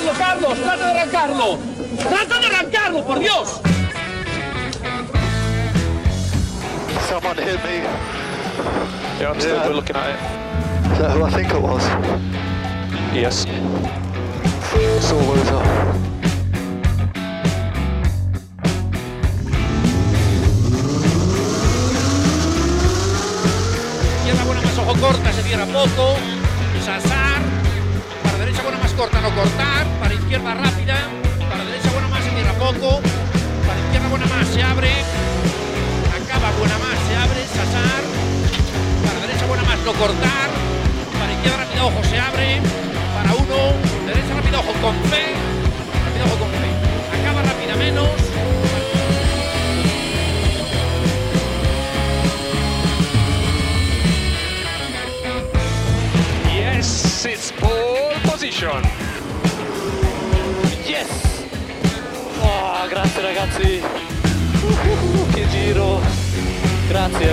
arrancarlo, Carlos. Trata de arrancarlo. Trata de arrancarlo, por Dios. Someone hit me. Yeah, I'm still looking at it. Is that who I think it was? Yes. It's all loser. Izquierda buena más ojo corta, se cierra poco. Sasar. Para derecha buena más corta, no cortar. Para izquierda rápida. Para derecha buena más, se cierra poco. Para izquierda buena más, se abre. Acaba buena más, se abre. Sasar. Para derecha buena más, no cortar. Para izquierda rápida, ojo, se abre. Para uno. Derecha rápida, ojo, con fe. Rápida, ojo, con fe. Acaba rápida menos. Yes, it's pole position. Yes! Oh, grazie ragazzi. Che giro. Grazie.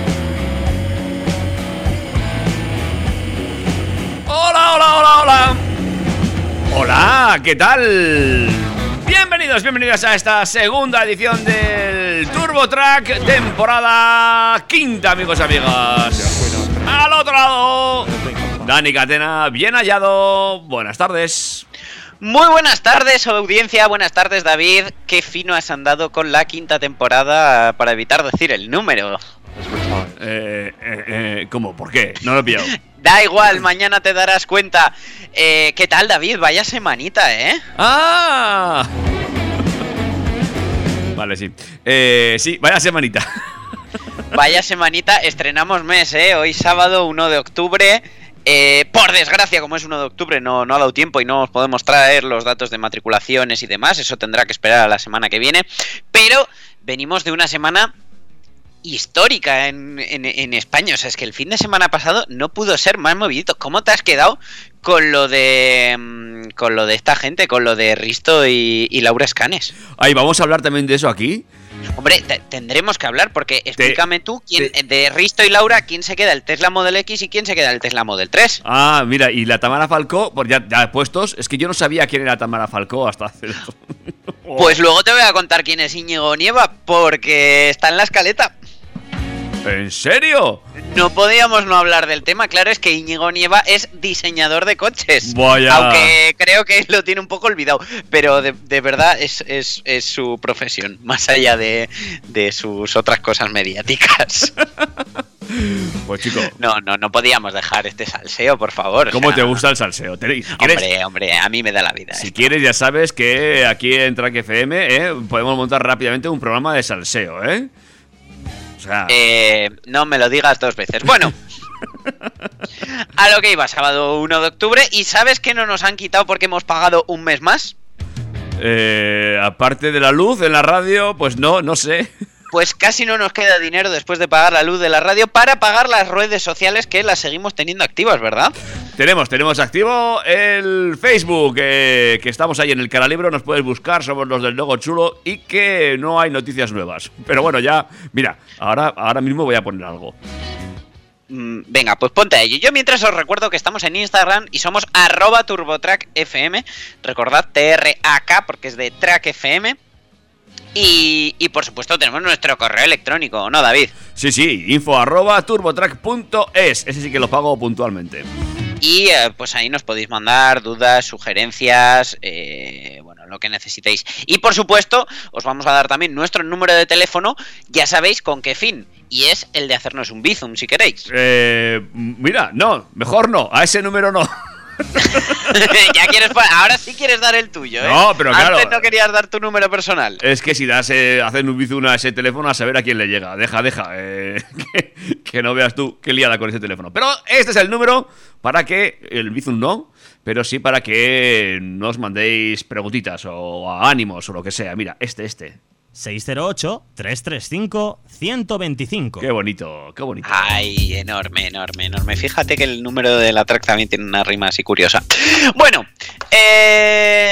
Hola, hola, hola, hola. Hola, ¿qué tal? Bienvenidos a esta segunda edición del Turbo Track, temporada quinta, amigos y amigas. Al otro lado, Dani Catena, bien hallado. Buenas tardes. Muy buenas tardes, audiencia. Buenas tardes, David. Qué fino has andado con la quinta temporada para evitar decir el número. ¿Cómo? ¿Por qué? No lo he pillado. Da igual, mañana te darás cuenta. ¿Qué tal, David? Vaya semanita, ¿eh? ¡Ah! Vale, sí. Sí, vaya semanita. Vaya semanita, estrenamos mes, ¿eh? Hoy sábado 1 de octubre. Por desgracia, como es 1 de octubre, no ha dado tiempo y no os podemos traer los datos de matriculaciones y demás. Eso tendrá que esperar a la semana que viene. Pero venimos de una semana histórica en España. O sea, es que el fin de semana pasado no pudo ser más movidito. ¿Cómo te has quedado con lo de esta gente, con lo de Risto y Laura Escanes? Ay, vamos a hablar también de eso aquí. Hombre, tendremos que hablar porque explícame tú de Risto y Laura, quién se queda el Tesla Model X y quién se queda el Tesla Model 3. Ah, mira, y la Tamara Falcó, pues ya puestos, es que yo no sabía quién era Tamara Falcó hasta hace... Pues luego te voy a contar quién es Íñigo Nieva, porque está en la escaleta. ¿En serio? No podíamos no hablar del tema. Claro, es que Íñigo Nieva es diseñador de coches. Vaya. Aunque creo que lo tiene un poco olvidado. Pero de verdad es su profesión, más allá de sus otras cosas mediáticas. Pues chico, No podíamos dejar este salseo, por favor. ¿Cómo te gusta el salseo? Si quieres, Hombre, a mí me da la vida. Si quieres, ya sabes que aquí en Track FM podemos montar rápidamente un programa de salseo, ¿eh? O sea... no me lo digas dos veces. Bueno, a lo que iba, sábado 1 de octubre. ¿Y sabes que no nos han quitado porque hemos pagado un mes más? Aparte de la luz en la radio, pues no sé. Pues casi no nos queda dinero después de pagar la luz de la radio para pagar las redes sociales que las seguimos teniendo activas, ¿verdad? Tenemos activo el Facebook, que estamos ahí en el Caralibro, nos puedes buscar, somos los del logo chulo y que no hay noticias nuevas. Pero bueno, ya, mira, ahora mismo voy a poner algo. Venga, pues ponte a ello. Yo mientras os recuerdo que estamos en Instagram y somos @turbotrackfm. Recordad TRAK porque es de Track FM. Y por supuesto tenemos nuestro correo electrónico, ¿no, David? Sí, info@turbotrack.es. Ese sí que lo pago puntualmente. Y pues ahí nos podéis mandar dudas, sugerencias, bueno, lo que necesitéis. Y por supuesto, os vamos a dar también nuestro número de teléfono, ya sabéis con qué fin. Y es el de hacernos un bizum, si queréis. Mira, no, mejor no, a ese número no. Ya quieres ahora sí quieres dar el tuyo, ¿eh? No, pero claro. Antes no querías dar tu número personal. Es que si das hacer un bizum a ese teléfono, a saber a quién le llega. Deja. Que no veas tú qué liada con ese teléfono. Pero este es el número para que el bizum no, pero sí para que nos mandéis preguntitas o ánimos o lo que sea. Mira, este. 608-335-125. Qué bonito. Ay, enorme. Fíjate que el número de la track también tiene una rima así curiosa. Bueno,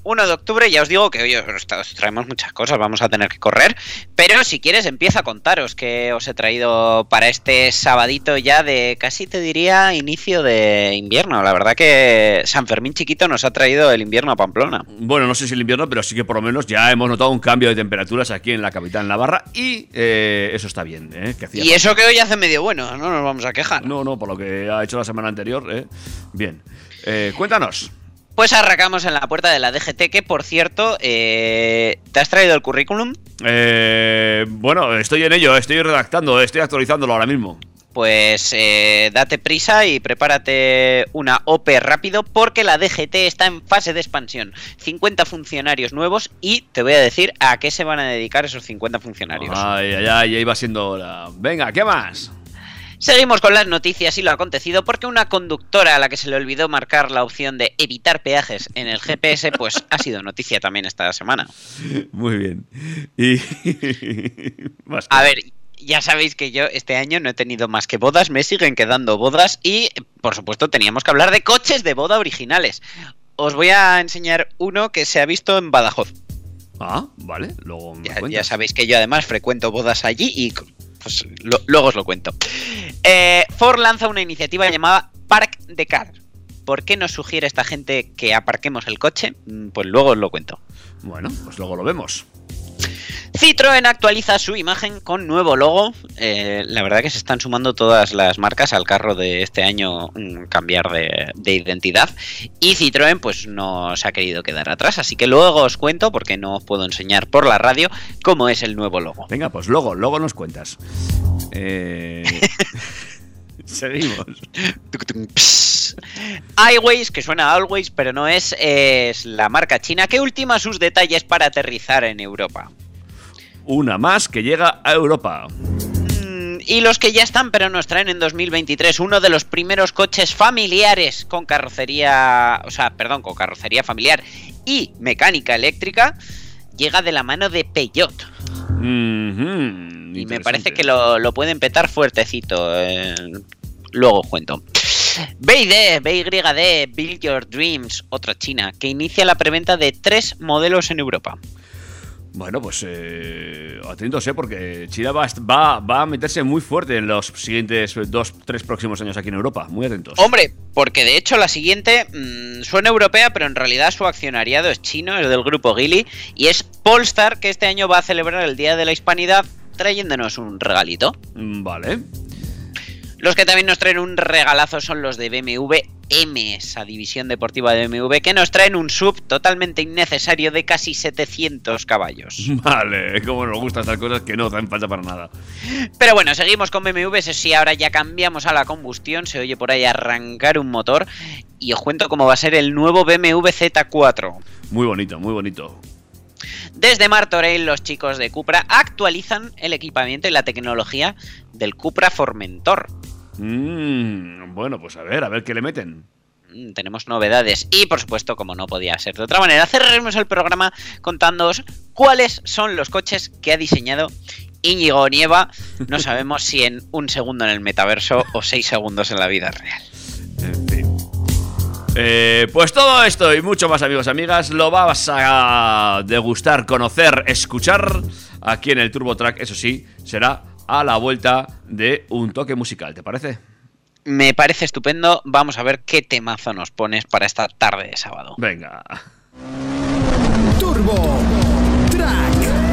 1 de octubre, ya os digo que hoy os traemos muchas cosas, vamos a tener que correr, pero si quieres empieza a contaros que os he traído para este sabadito ya de casi te diría inicio de invierno. La verdad que San Fermín chiquito nos ha traído el invierno a Pamplona. Bueno, no sé si el invierno, pero sí que por lo menos ya hemos notado un cambio de temperaturas aquí en la capital Navarra y eso está bien. Y eso que hoy hace medio bueno, no nos vamos a quejar. No, por lo que ha hecho la semana anterior, bien. Cuéntanos. Pues arrancamos en la puerta de la DGT, que por cierto, ¿te has traído el currículum? Bueno, estoy en ello, estoy redactando, estoy actualizándolo ahora mismo. Pues date prisa y prepárate una OP rápido porque la DGT está en fase de expansión. 50 funcionarios nuevos y te voy a decir a qué se van a dedicar esos 50 funcionarios. Ay, ya iba siendo hora. Venga, ¿qué más? Seguimos con las noticias y lo acontecido porque una conductora a la que se le olvidó marcar la opción de evitar peajes en el GPS, pues ha sido noticia también esta semana. Muy bien. Y a ver, ya sabéis que yo este año no he tenido más que bodas, me siguen quedando bodas y, por supuesto, teníamos que hablar de coches de boda originales. Os voy a enseñar uno que se ha visto en Badajoz. Ah, vale, luego me cuentas. Ya sabéis que yo además frecuento bodas allí y pues luego os lo cuento. Ford lanza una iniciativa llamada Park the Car. ¿Por qué nos sugiere esta gente que aparquemos el coche? Pues luego os lo cuento. Bueno, pues luego lo vemos. Citroën actualiza su imagen con nuevo logo. La verdad que se están sumando todas las marcas al carro de este año cambiar de identidad. Y Citroën pues no se ha querido quedar atrás. Así que luego os cuento, porque no os puedo enseñar por la radio, cómo es el nuevo logo. Venga, pues luego nos cuentas. Seguimos. iWays, que suena a Always, pero no es la marca china que ultima sus detalles para aterrizar en Europa. Una más que llega a Europa. Y los que ya están, pero nos traen en 2023 uno de los primeros coches familiares con carrocería, con carrocería familiar y mecánica eléctrica, llega de la mano de Peugeot. Y me parece que lo pueden petar fuertecito. Luego os cuento. BYD, Build Your Dreams, otra china, que inicia la preventa de 3 modelos en Europa. Bueno, pues atentos, porque China va a meterse muy fuerte en los siguientes 2-3 próximos años aquí en Europa. Muy atentos. Hombre, porque de hecho la siguiente suena europea, pero en realidad su accionariado es chino, es del grupo Geely, y es Polestar, que este año va a celebrar el Día de la Hispanidad trayéndonos un regalito. Vale. Los que también nos traen un regalazo son los de BMW M, esa división deportiva de BMW, que nos traen un sub totalmente innecesario de casi 700 caballos. Vale, como nos gustan estas cosas que no hacen falta para nada. Pero bueno, seguimos con BMW, eso sí, ahora ya cambiamos a la combustión, se oye por ahí arrancar un motor y os cuento cómo va a ser el nuevo BMW Z4. Muy bonito, muy bonito. Desde Martorell, los chicos de Cupra actualizan el equipamiento y la tecnología del Cupra Formentor. Bueno, pues a ver qué le meten. Tenemos novedades y, por supuesto, como no podía ser de otra manera, cerraremos el programa contándoos cuáles son los coches que ha diseñado Íñigo Nieva. No sabemos si en 1 segundo en el metaverso o 6 segundos en la vida real. En fin. Pues todo esto y mucho más, amigos y amigas, lo vas a degustar, conocer, escuchar aquí en el Turbo Track. Eso sí, será a la vuelta de un toque musical, ¿te parece? Me parece estupendo. Vamos a ver qué temazo nos pones para esta tarde de sábado. Venga. Turbo Track.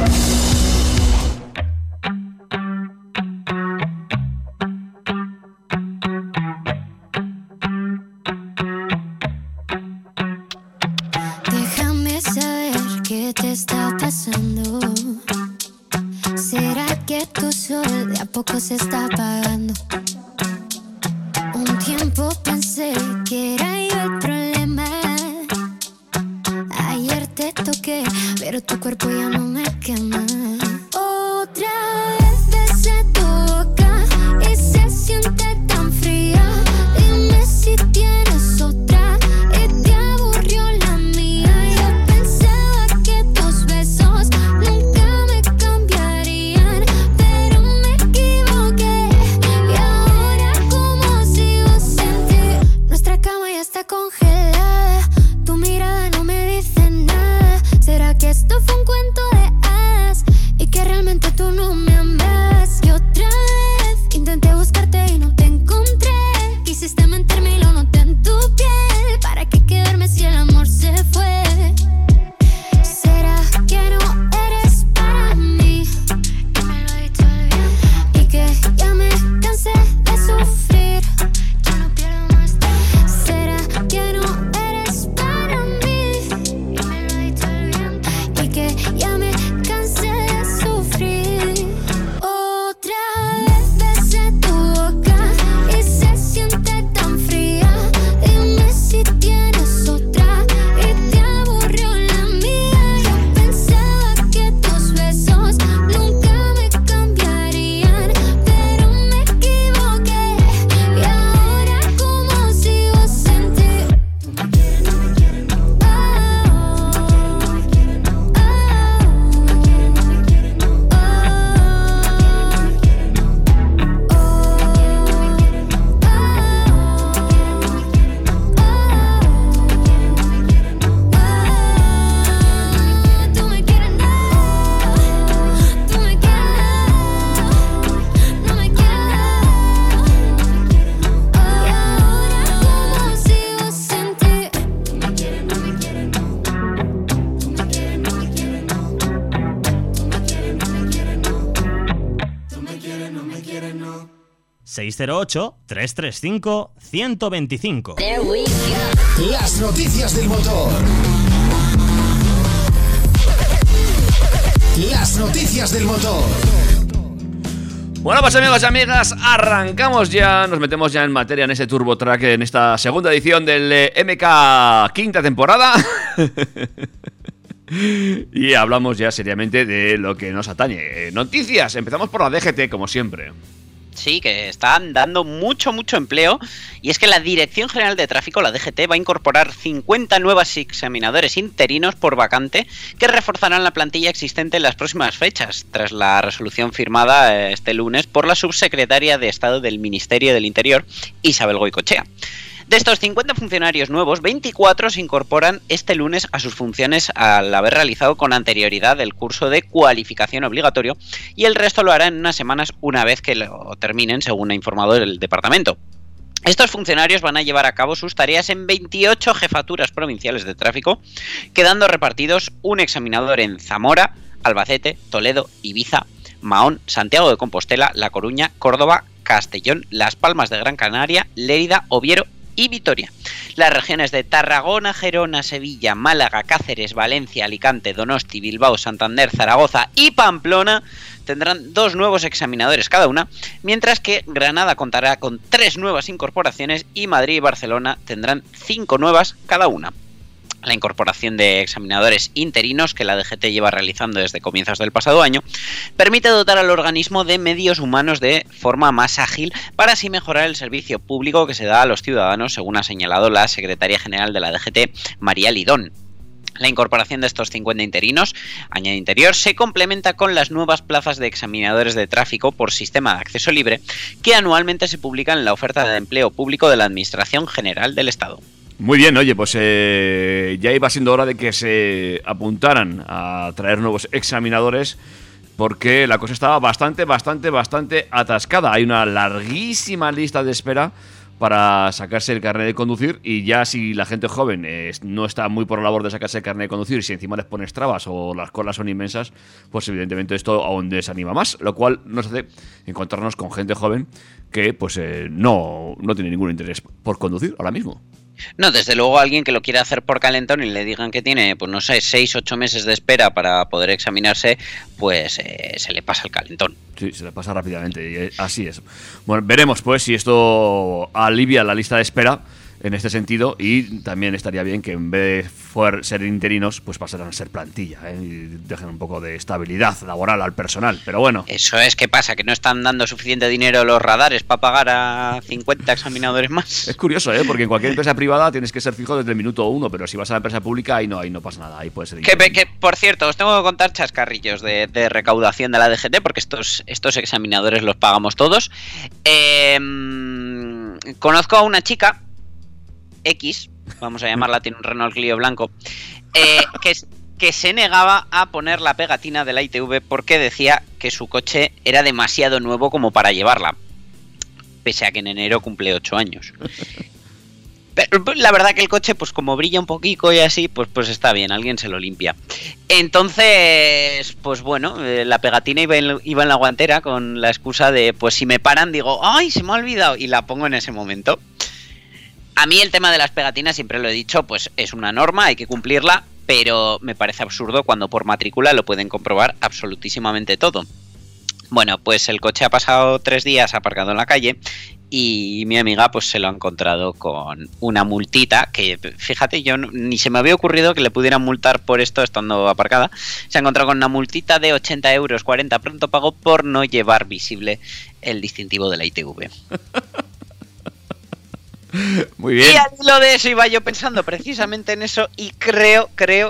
Déjame saber qué te está pasando. ¿Será que tu sol de a poco se está apagando? Un tiempo pensé que era yo el problema. Ayer te toqué, pero tu cuerpo ya no me quema. Otra vez besé tu boca y se siente tan fría. Dime si tienes otra y te aburrió la mía. Yo pensaba que tus besos nunca me cambiarían, pero me equivoqué. Y ahora como sigo sin ti, nuestra cama ya está congelada. Tu mirada no me dice nada. 608-335-125. Las noticias del motor. Las noticias del motor. Bueno, pues amigos y amigas, arrancamos ya, nos metemos ya en materia en este Turbo Track, en esta segunda edición del MK quinta temporada. Y hablamos ya seriamente de lo que nos atañe. Noticias, empezamos por la DGT, como siempre. Sí, que están dando mucho empleo, y es que la Dirección General de Tráfico, la DGT, va a incorporar 50 nuevos examinadores interinos por vacante que reforzarán la plantilla existente en las próximas fechas, tras la resolución firmada este lunes por la subsecretaria de Estado del Ministerio del Interior, Isabel Goicoechea. De estos 50 funcionarios nuevos, 24 se incorporan este lunes a sus funciones al haber realizado con anterioridad el curso de cualificación obligatorio, y el resto lo hará en unas semanas una vez que lo terminen, según ha informado el departamento. Estos funcionarios van a llevar a cabo sus tareas en 28 jefaturas provinciales de tráfico, quedando repartidos un examinador en Zamora, Albacete, Toledo, Ibiza, Mahón, Santiago de Compostela, La Coruña, Córdoba, Castellón, Las Palmas de Gran Canaria, Lérida, Oviedo y Vitoria. Las regiones de Tarragona, Gerona, Sevilla, Málaga, Cáceres, Valencia, Alicante, Donosti, Bilbao, Santander, Zaragoza y Pamplona tendrán 2 nuevos examinadores cada una, mientras que Granada contará con 3 nuevas incorporaciones y Madrid y Barcelona tendrán 5 nuevas cada una. La incorporación de examinadores interinos, que la DGT lleva realizando desde comienzos del pasado año, permite dotar al organismo de medios humanos de forma más ágil para así mejorar el servicio público que se da a los ciudadanos, según ha señalado la secretaria general de la DGT, María Lidón. La incorporación de estos 50 interinos, añade Interior, se complementa con las nuevas plazas de examinadores de tráfico por sistema de acceso libre que anualmente se publican en la oferta de empleo público de la Administración General del Estado. Muy bien, oye, pues ya iba siendo hora de que se apuntaran a traer nuevos examinadores, porque la cosa estaba bastante atascada. Hay una larguísima lista de espera para sacarse el carnet de conducir, y ya si la gente joven no está muy por la labor de sacarse el carnet de conducir, y si encima les pones trabas o las colas son inmensas, pues evidentemente esto aún desanima más, lo cual nos hace encontrarnos con gente joven que pues no tiene ningún interés por conducir ahora mismo. No, desde luego alguien que lo quiera hacer por calentón y le digan que tiene, pues no sé, 6-8 meses de espera para poder examinarse, pues se le pasa el calentón. Sí, se le pasa rápidamente, y así es. Bueno, veremos pues si esto alivia la lista de espera en este sentido, y también estaría bien que en vez de ser interinos, pues pasaran a ser plantilla, y dejen un poco de estabilidad laboral al personal, pero bueno. Eso es, ¿qué pasa? ¿Que no están dando suficiente dinero los radares para pagar a 50 examinadores más? Es curioso, porque en cualquier empresa privada tienes que ser fijo desde el minuto 1, pero si vas a la empresa pública, ahí no pasa nada, ahí puede ser. Que por cierto, os tengo que contar chascarrillos de recaudación de la DGT, porque estos examinadores los pagamos todos. Conozco a una chica X, vamos a llamarla, tiene un Renault Clio blanco, que se negaba a poner la pegatina de la ITV porque decía que su coche era demasiado nuevo como para llevarla, pese a que en enero cumple 8 años. Pero la verdad que el coche, pues como brilla un poquito y así, pues está bien, alguien se lo limpia. Entonces, pues bueno, la pegatina iba en la guantera con la excusa de, pues si me paran digo, ¡ay, se me ha olvidado! Y la pongo en ese momento. A mí el tema de las pegatinas, siempre lo he dicho, pues es una norma, hay que cumplirla, pero me parece absurdo cuando por matrícula lo pueden comprobar absolutísimamente todo. Bueno, pues el coche ha pasado 3 días aparcado en la calle y mi amiga pues se lo ha encontrado con una multita que, fíjate, yo ni se me había ocurrido que le pudieran multar por esto estando aparcada. Se ha encontrado con una multita de 80 euros, 40 pronto pago, por no llevar visible el distintivo de la ITV. Muy bien. Y al hilo de eso iba yo pensando precisamente en eso, y creo,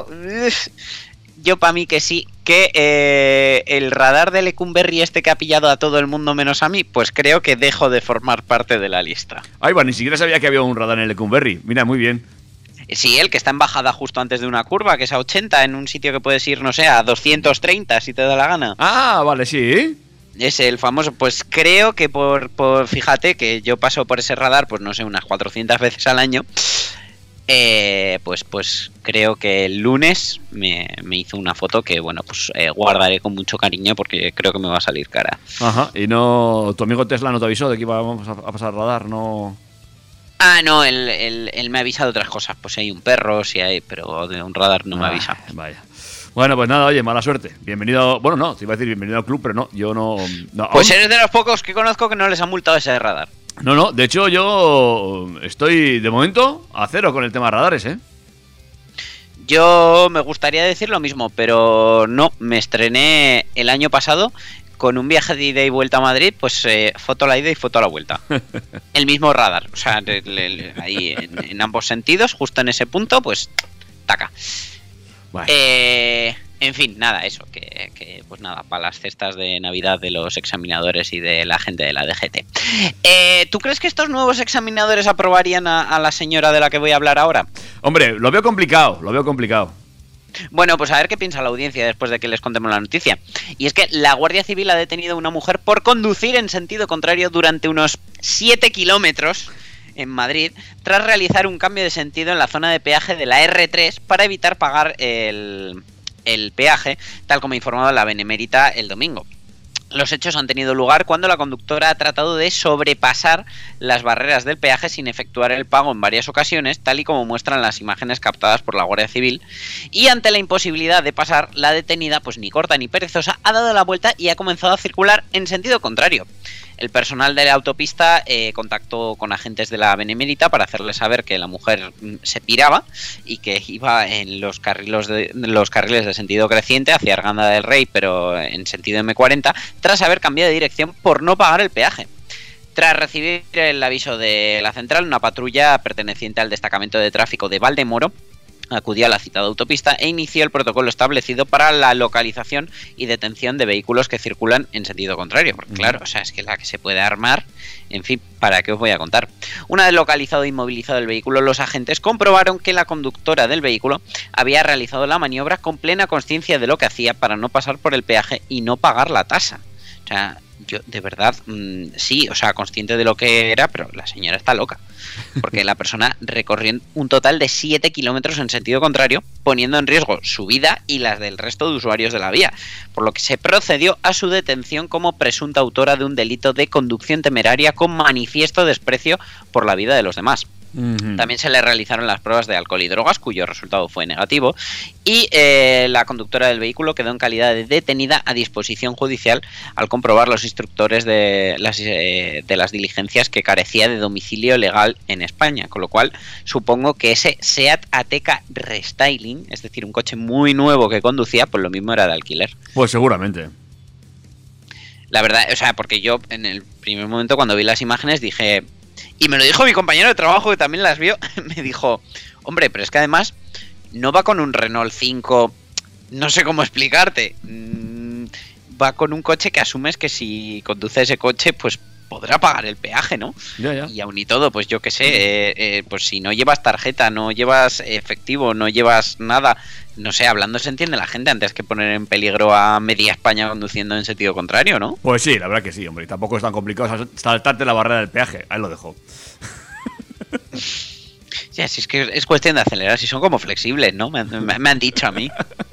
yo para mí que sí, que el radar de Lecumberri que ha pillado a todo el mundo menos a mí, pues creo que dejo de formar parte de la lista. Ay, bueno, ni siquiera sabía que había un radar en el Lecumberri. Mira, muy bien. Sí, el que está en bajada justo antes de una curva, que es a 80, en un sitio que puedes ir, no sé, a 230 si te da la gana. Ah, vale, sí. Es el famoso, pues creo que por fíjate que yo paso por ese radar, pues no sé, unas 400 veces al año. Pues creo que el lunes me hizo una foto que, bueno, pues guardaré con mucho cariño porque creo que me va a salir cara. Ajá, y no... Tu amigo Tesla no te avisó de que íbamos a pasar radar, ¿no? Ah, no, él me avisa de otras cosas, pues si hay un perro, si hay... Pero de un radar no me avisa. Vaya. Bueno, pues nada, oye, mala suerte. Bienvenido... Bueno, no, te iba a decir bienvenido al club, pero no, yo no... Pues eres de los pocos que conozco que no les han multado ese radar. No, de hecho yo estoy de momento a cero con el tema de radares, ¿eh? Yo me gustaría decir lo mismo, pero no, me estrené el año pasado con un viaje de ida y vuelta a Madrid, pues foto a la ida y foto a la vuelta. El mismo radar, o sea, ahí en ambos sentidos, justo en ese punto, pues taca. Bueno. En fin, nada, eso, que pues nada, para las cestas de Navidad de los examinadores y de la gente de la DGT. ¿Tú crees que estos nuevos examinadores aprobarían a la señora de la que voy a hablar ahora? Hombre, lo veo complicado. Bueno, pues a ver qué piensa la audiencia después de que les contemos la noticia. Y es que la Guardia Civil ha detenido a una mujer por conducir en sentido contrario durante unos 7 kilómetros en Madrid, tras realizar un cambio de sentido en la zona de peaje de la R3 para evitar pagar el peaje, tal como informaba la Benemérita el domingo. Los hechos han tenido lugar cuando la conductora ha tratado de sobrepasar las barreras del peaje sin efectuar el pago en varias ocasiones, tal y como muestran las imágenes captadas por la Guardia Civil, y ante la imposibilidad de pasar, la detenida, pues ni corta ni perezosa, ha dado la vuelta y ha comenzado a circular en sentido contrario. El personal de la autopista contactó con agentes de la Benemérita para hacerles saber que la mujer se piraba y que iba en los carriles de sentido creciente hacia Arganda del Rey, pero en sentido M40, tras haber cambiado de dirección por no pagar el peaje. Tras recibir el aviso de la central, una patrulla perteneciente al destacamento de tráfico de Valdemoro acudió a la citada autopista e inició el protocolo establecido para la localización y detención de vehículos que circulan en sentido contrario. Porque claro, o sea, es que la que se puede armar, en fin, ¿para qué os voy a contar? Una vez localizado e inmovilizado el vehículo, los agentes comprobaron que la conductora del vehículo había realizado la maniobra con plena conciencia de lo que hacía para no pasar por el peaje y no pagar la tasa. O sea, yo de verdad, sí, o sea, consciente de lo que era, pero la señora está loca. Porque la persona recorrió un total de 7 kilómetros en sentido contrario, poniendo en riesgo su vida y las del resto de usuarios de la vía, por lo que se procedió a su detención como presunta autora de un delito de conducción temeraria con manifiesto desprecio por la vida de los demás. También se le realizaron las pruebas de alcohol y drogas, cuyo resultado fue negativo, y la conductora del vehículo quedó en calidad de detenida a disposición judicial al comprobar los instructores de las diligencias que carecía de domicilio legal en España, con lo cual supongo que ese Seat Ateca Restyling, es decir, un coche muy nuevo que conducía, pues lo mismo era de alquiler. Pues seguramente. La verdad, o sea, porque yo en el primer momento cuando vi las imágenes dije... Y me lo dijo mi compañero de trabajo que también las vio. Me dijo, hombre, pero es que además no va con un Renault 5, no sé cómo explicarte. Va con un coche que asumes que si conduce ese coche, pues podrá pagar el peaje, ¿no? Ya. Y aún y todo, pues yo qué sé, pues si no llevas tarjeta, no llevas efectivo, no llevas nada, no sé, hablando se entiende la gente antes que poner en peligro a media España conduciendo en sentido contrario, ¿no? Pues sí, la verdad que sí, hombre, y tampoco es tan complicado saltarte la barrera del peaje, ahí lo dejo. Ya, si es que es cuestión de acelerar, si son como flexibles, ¿no? Me han dicho a mí.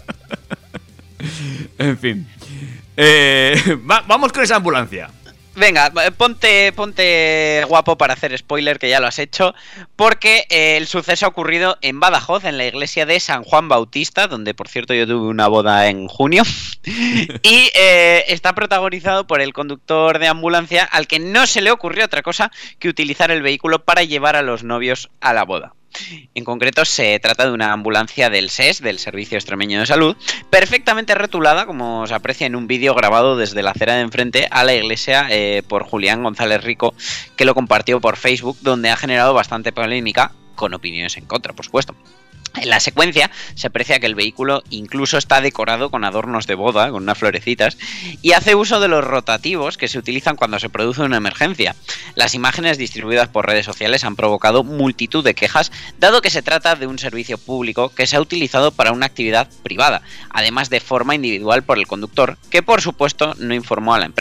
En fin. Vamos con esa ambulancia. Venga, ponte guapo para hacer spoiler, que ya lo has hecho, porque el suceso ha ocurrido en Badajoz, en la iglesia de San Juan Bautista, donde por cierto yo tuve una boda en junio, y está protagonizado por el conductor de ambulancia al que no se le ocurrió otra cosa que utilizar el vehículo para llevar a los novios a la boda. En concreto se trata de una ambulancia del SES, del Servicio Extremeño de Salud, perfectamente rotulada, como se aprecia en un vídeo grabado desde la acera de enfrente a la iglesia por Julián González Rico, que lo compartió por Facebook, donde ha generado bastante polémica, con opiniones en contra, por supuesto. En la secuencia se aprecia que el vehículo incluso está decorado con adornos de boda, con unas florecitas, y hace uso de los rotativos que se utilizan cuando se produce una emergencia. Las imágenes distribuidas por redes sociales han provocado multitud de quejas, dado que se trata de un servicio público que se ha utilizado para una actividad privada, además de forma individual por el conductor, que por supuesto no informó a la empresa,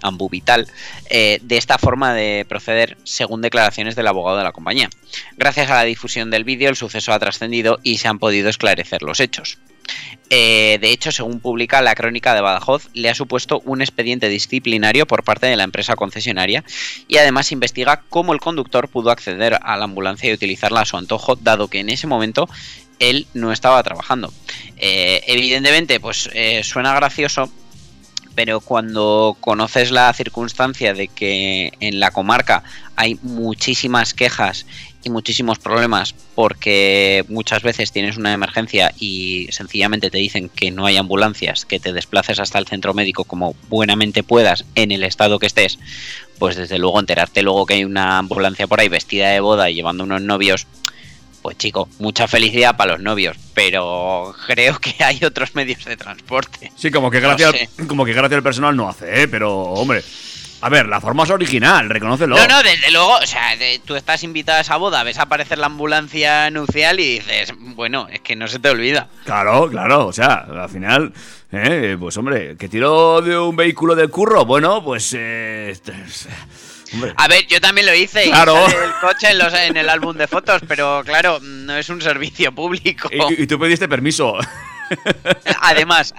Ambuvital, de esta forma de proceder según declaraciones del abogado de la compañía. Gracias a la difusión del vídeo, el suceso ha trascendido y se han podido esclarecer los hechos. De hecho, según publica la Crónica de Badajoz, le ha supuesto un expediente disciplinario por parte de la empresa concesionaria y además investiga cómo el conductor pudo acceder a la ambulancia y utilizarla a su antojo, dado que en ese momento él no estaba trabajando. Evidentemente, pues suena gracioso, pero cuando conoces la circunstancia de que en la comarca hay muchísimas quejas y muchísimos problemas porque muchas veces tienes una emergencia y sencillamente te dicen que no hay ambulancias, que te desplaces hasta el centro médico como buenamente puedas en el estado que estés, pues desde luego enterarte luego que hay una ambulancia por ahí vestida de boda y llevando unos novios, pues chico, mucha felicidad para los novios, pero creo que hay otros medios de transporte. Sí, como que gracia al personal no hace, pero hombre, a ver, la forma es original, reconócelo. No, desde luego, o sea, tú estás invitada a esa boda, ves aparecer la ambulancia nupcial y dices, bueno, es que no se te olvida. Claro, o sea, al final, pues hombre, que tiro de un vehículo del curro, bueno, pues... Hombre. A ver, yo también lo hice, claro. Y sale el coche en el álbum de fotos, pero claro, no es un servicio público. Y tú pediste permiso. Además.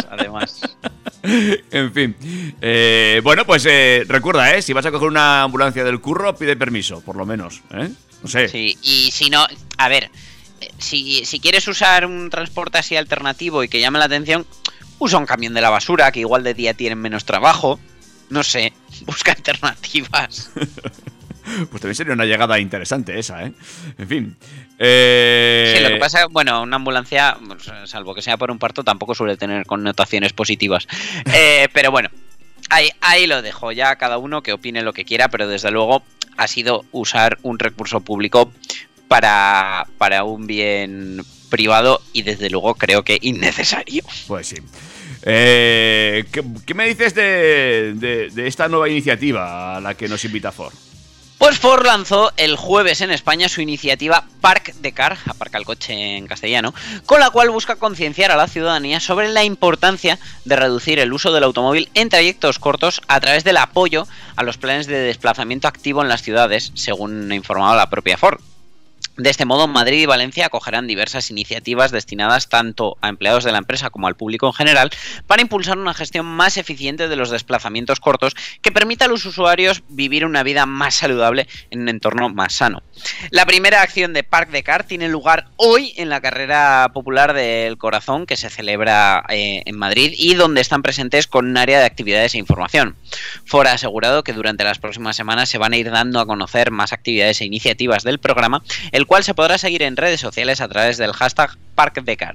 En fin. Bueno, pues recuerda, si vas a coger una ambulancia del curro, pide permiso, por lo menos, No sé. Sí, y si no, a ver, si quieres usar un transporte así alternativo y que llame la atención, usa un camión de la basura, que igual de día tienen menos trabajo. No sé, busca alternativas. Pues también sería una llegada interesante esa, En fin. Sí, lo que pasa es, bueno, una ambulancia, salvo que sea por un parto, tampoco suele tener connotaciones positivas. Pero bueno, ahí lo dejo. Ya cada uno que opine lo que quiera, pero desde luego ha sido usar un recurso público para un bien privado y desde luego creo que innecesario. Pues sí. ¿Qué me dices de esta nueva iniciativa a la que nos invita Ford? Pues Ford lanzó el jueves en España su iniciativa Park the Car, aparca el coche en castellano, con la cual busca concienciar a la ciudadanía sobre la importancia de reducir el uso del automóvil en trayectos cortos a través del apoyo a los planes de desplazamiento activo en las ciudades, según ha informado la propia Ford. De este modo, Madrid y Valencia acogerán diversas iniciativas destinadas tanto a empleados de la empresa como al público en general para impulsar una gestión más eficiente de los desplazamientos cortos que permita a los usuarios vivir una vida más saludable en un entorno más sano. La primera acción de Park the Car tiene lugar hoy en la carrera popular del corazón que se celebra en Madrid y donde están presentes con un área de actividades e información. Ford ha asegurado que durante las próximas semanas se van a ir dando a conocer más actividades e iniciativas del programa, el cual se podrá seguir en redes sociales a través del hashtag ParkTheCar.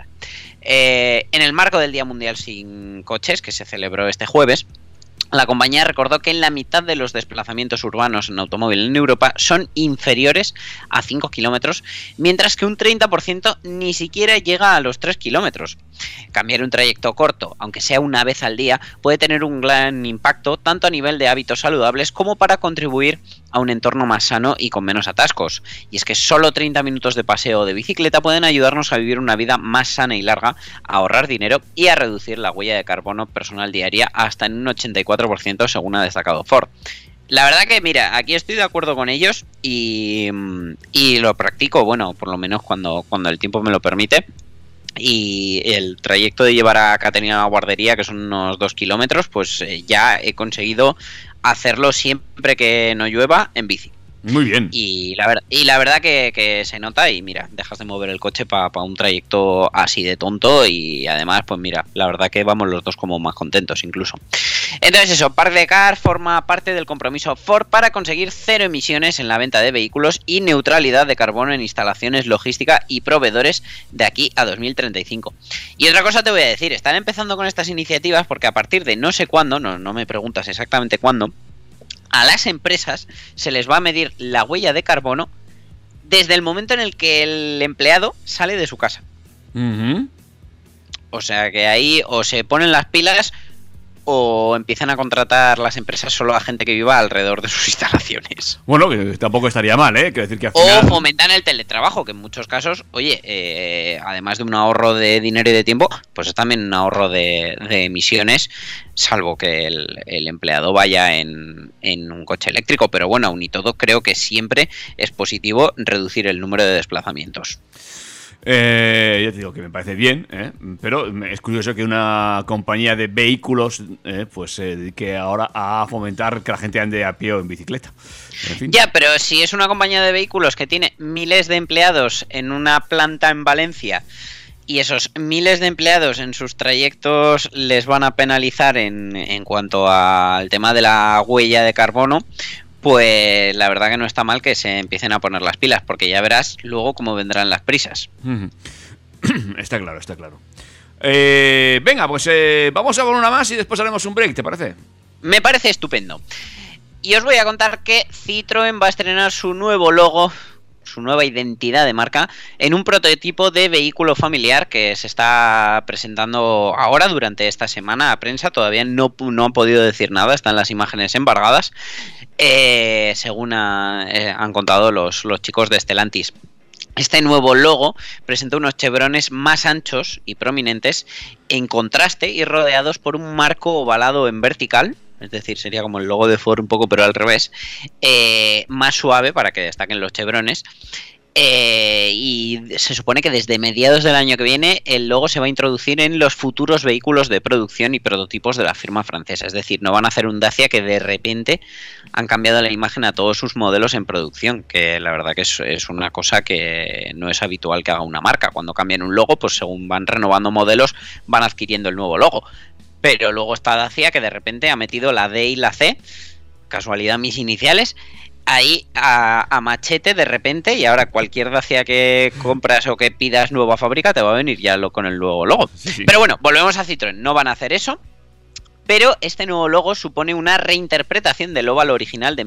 En el marco del Día Mundial Sin Coches, que se celebró este jueves, la compañía recordó que en la mitad de los desplazamientos urbanos en automóvil en Europa son inferiores a 5 kilómetros, mientras que un 30% ni siquiera llega a los 3 kilómetros. Cambiar un trayecto corto, aunque sea una vez al día, puede tener un gran impacto tanto a nivel de hábitos saludables como para contribuir a un entorno más sano y con menos atascos. Y es que solo 30 minutos de paseo o de bicicleta pueden ayudarnos a vivir una vida más sana y larga, a ahorrar dinero y a reducir la huella de carbono personal diaria hasta en un 84%, según ha destacado Ford. La verdad que, mira, aquí estoy de acuerdo con ellos y lo practico, bueno, por lo menos cuando el tiempo me lo permite. Y el trayecto de llevar a Caterina a la guardería, que son unos 2 kilómetros, pues ya he conseguido hacerlo siempre que no llueva en bici. Muy bien. Y la verdad que se nota y mira, dejas de mover el coche para un trayecto así de tonto y además, pues mira, la verdad que vamos los dos como más contentos incluso. Entonces eso, Park the Car forma parte del compromiso Ford para conseguir 0 emisiones en la venta de vehículos y neutralidad de carbono en instalaciones, logística y proveedores de aquí a 2035. Y otra cosa te voy a decir, están empezando con estas iniciativas porque a partir de no sé cuándo, no me preguntas exactamente cuándo, a las empresas se les va a medir la huella de carbono desde el momento en el que el empleado sale de su casa. O sea que ahí o se ponen las pilas o empiezan a contratar las empresas solo a gente que viva alrededor de sus instalaciones. Bueno, que tampoco estaría mal, ¿eh? Quiero decir que al O final... fomentan el teletrabajo, que en muchos casos, oye, además de un ahorro de dinero y de tiempo, pues es también un ahorro de emisiones, salvo que el empleado vaya en un coche eléctrico. Pero bueno, aún y todo, creo que siempre es positivo reducir el número de desplazamientos. Ya te digo que me parece bien, pero es curioso que una compañía de vehículos pues se dedique ahora a fomentar que la gente ande a pie o en bicicleta. En fin. Ya, pero si es una compañía de vehículos que tiene miles de empleados en una planta en Valencia y esos miles de empleados en sus trayectos les van a penalizar en cuanto al tema de la huella de carbono, pues la verdad que no está mal que se empiecen a poner las pilas, porque ya verás luego cómo vendrán las prisas. Está claro, está claro. Venga, pues vamos a por una más y después haremos un break, ¿te parece? Me parece estupendo. Y os voy a contar que Citroën va a estrenar su nuevo logo, su nueva identidad de marca, en un prototipo de vehículo familiar que se está presentando ahora durante esta semana a prensa. Todavía no han podido decir nada, están las imágenes embargadas, según han contado los chicos de Stellantis. Este nuevo logo presenta unos chevrones más anchos y prominentes en contraste y rodeados por un marco ovalado en vertical. Es decir, sería como el logo de Ford un poco, pero al revés, más suave para que destaquen los chevrones. Y se supone que desde mediados del año que viene el logo se va a introducir en los futuros vehículos de producción y prototipos de la firma francesa. Es decir, no van a hacer un Dacia que de repente han cambiado la imagen a todos sus modelos en producción, que la verdad que es una cosa que no es habitual que haga una marca. Cuando cambian un logo, pues según van renovando modelos, van adquiriendo el nuevo logo. Pero luego está Dacia, que de repente ha metido la D y la C, casualidad mis iniciales, ahí a machete de repente, y ahora cualquier Dacia que compras o que pidas nueva fábrica te va a venir ya con el nuevo logo. Sí. Pero bueno, volvemos a Citroën, no van a hacer eso. Pero este nuevo logo supone una reinterpretación del óvalo original de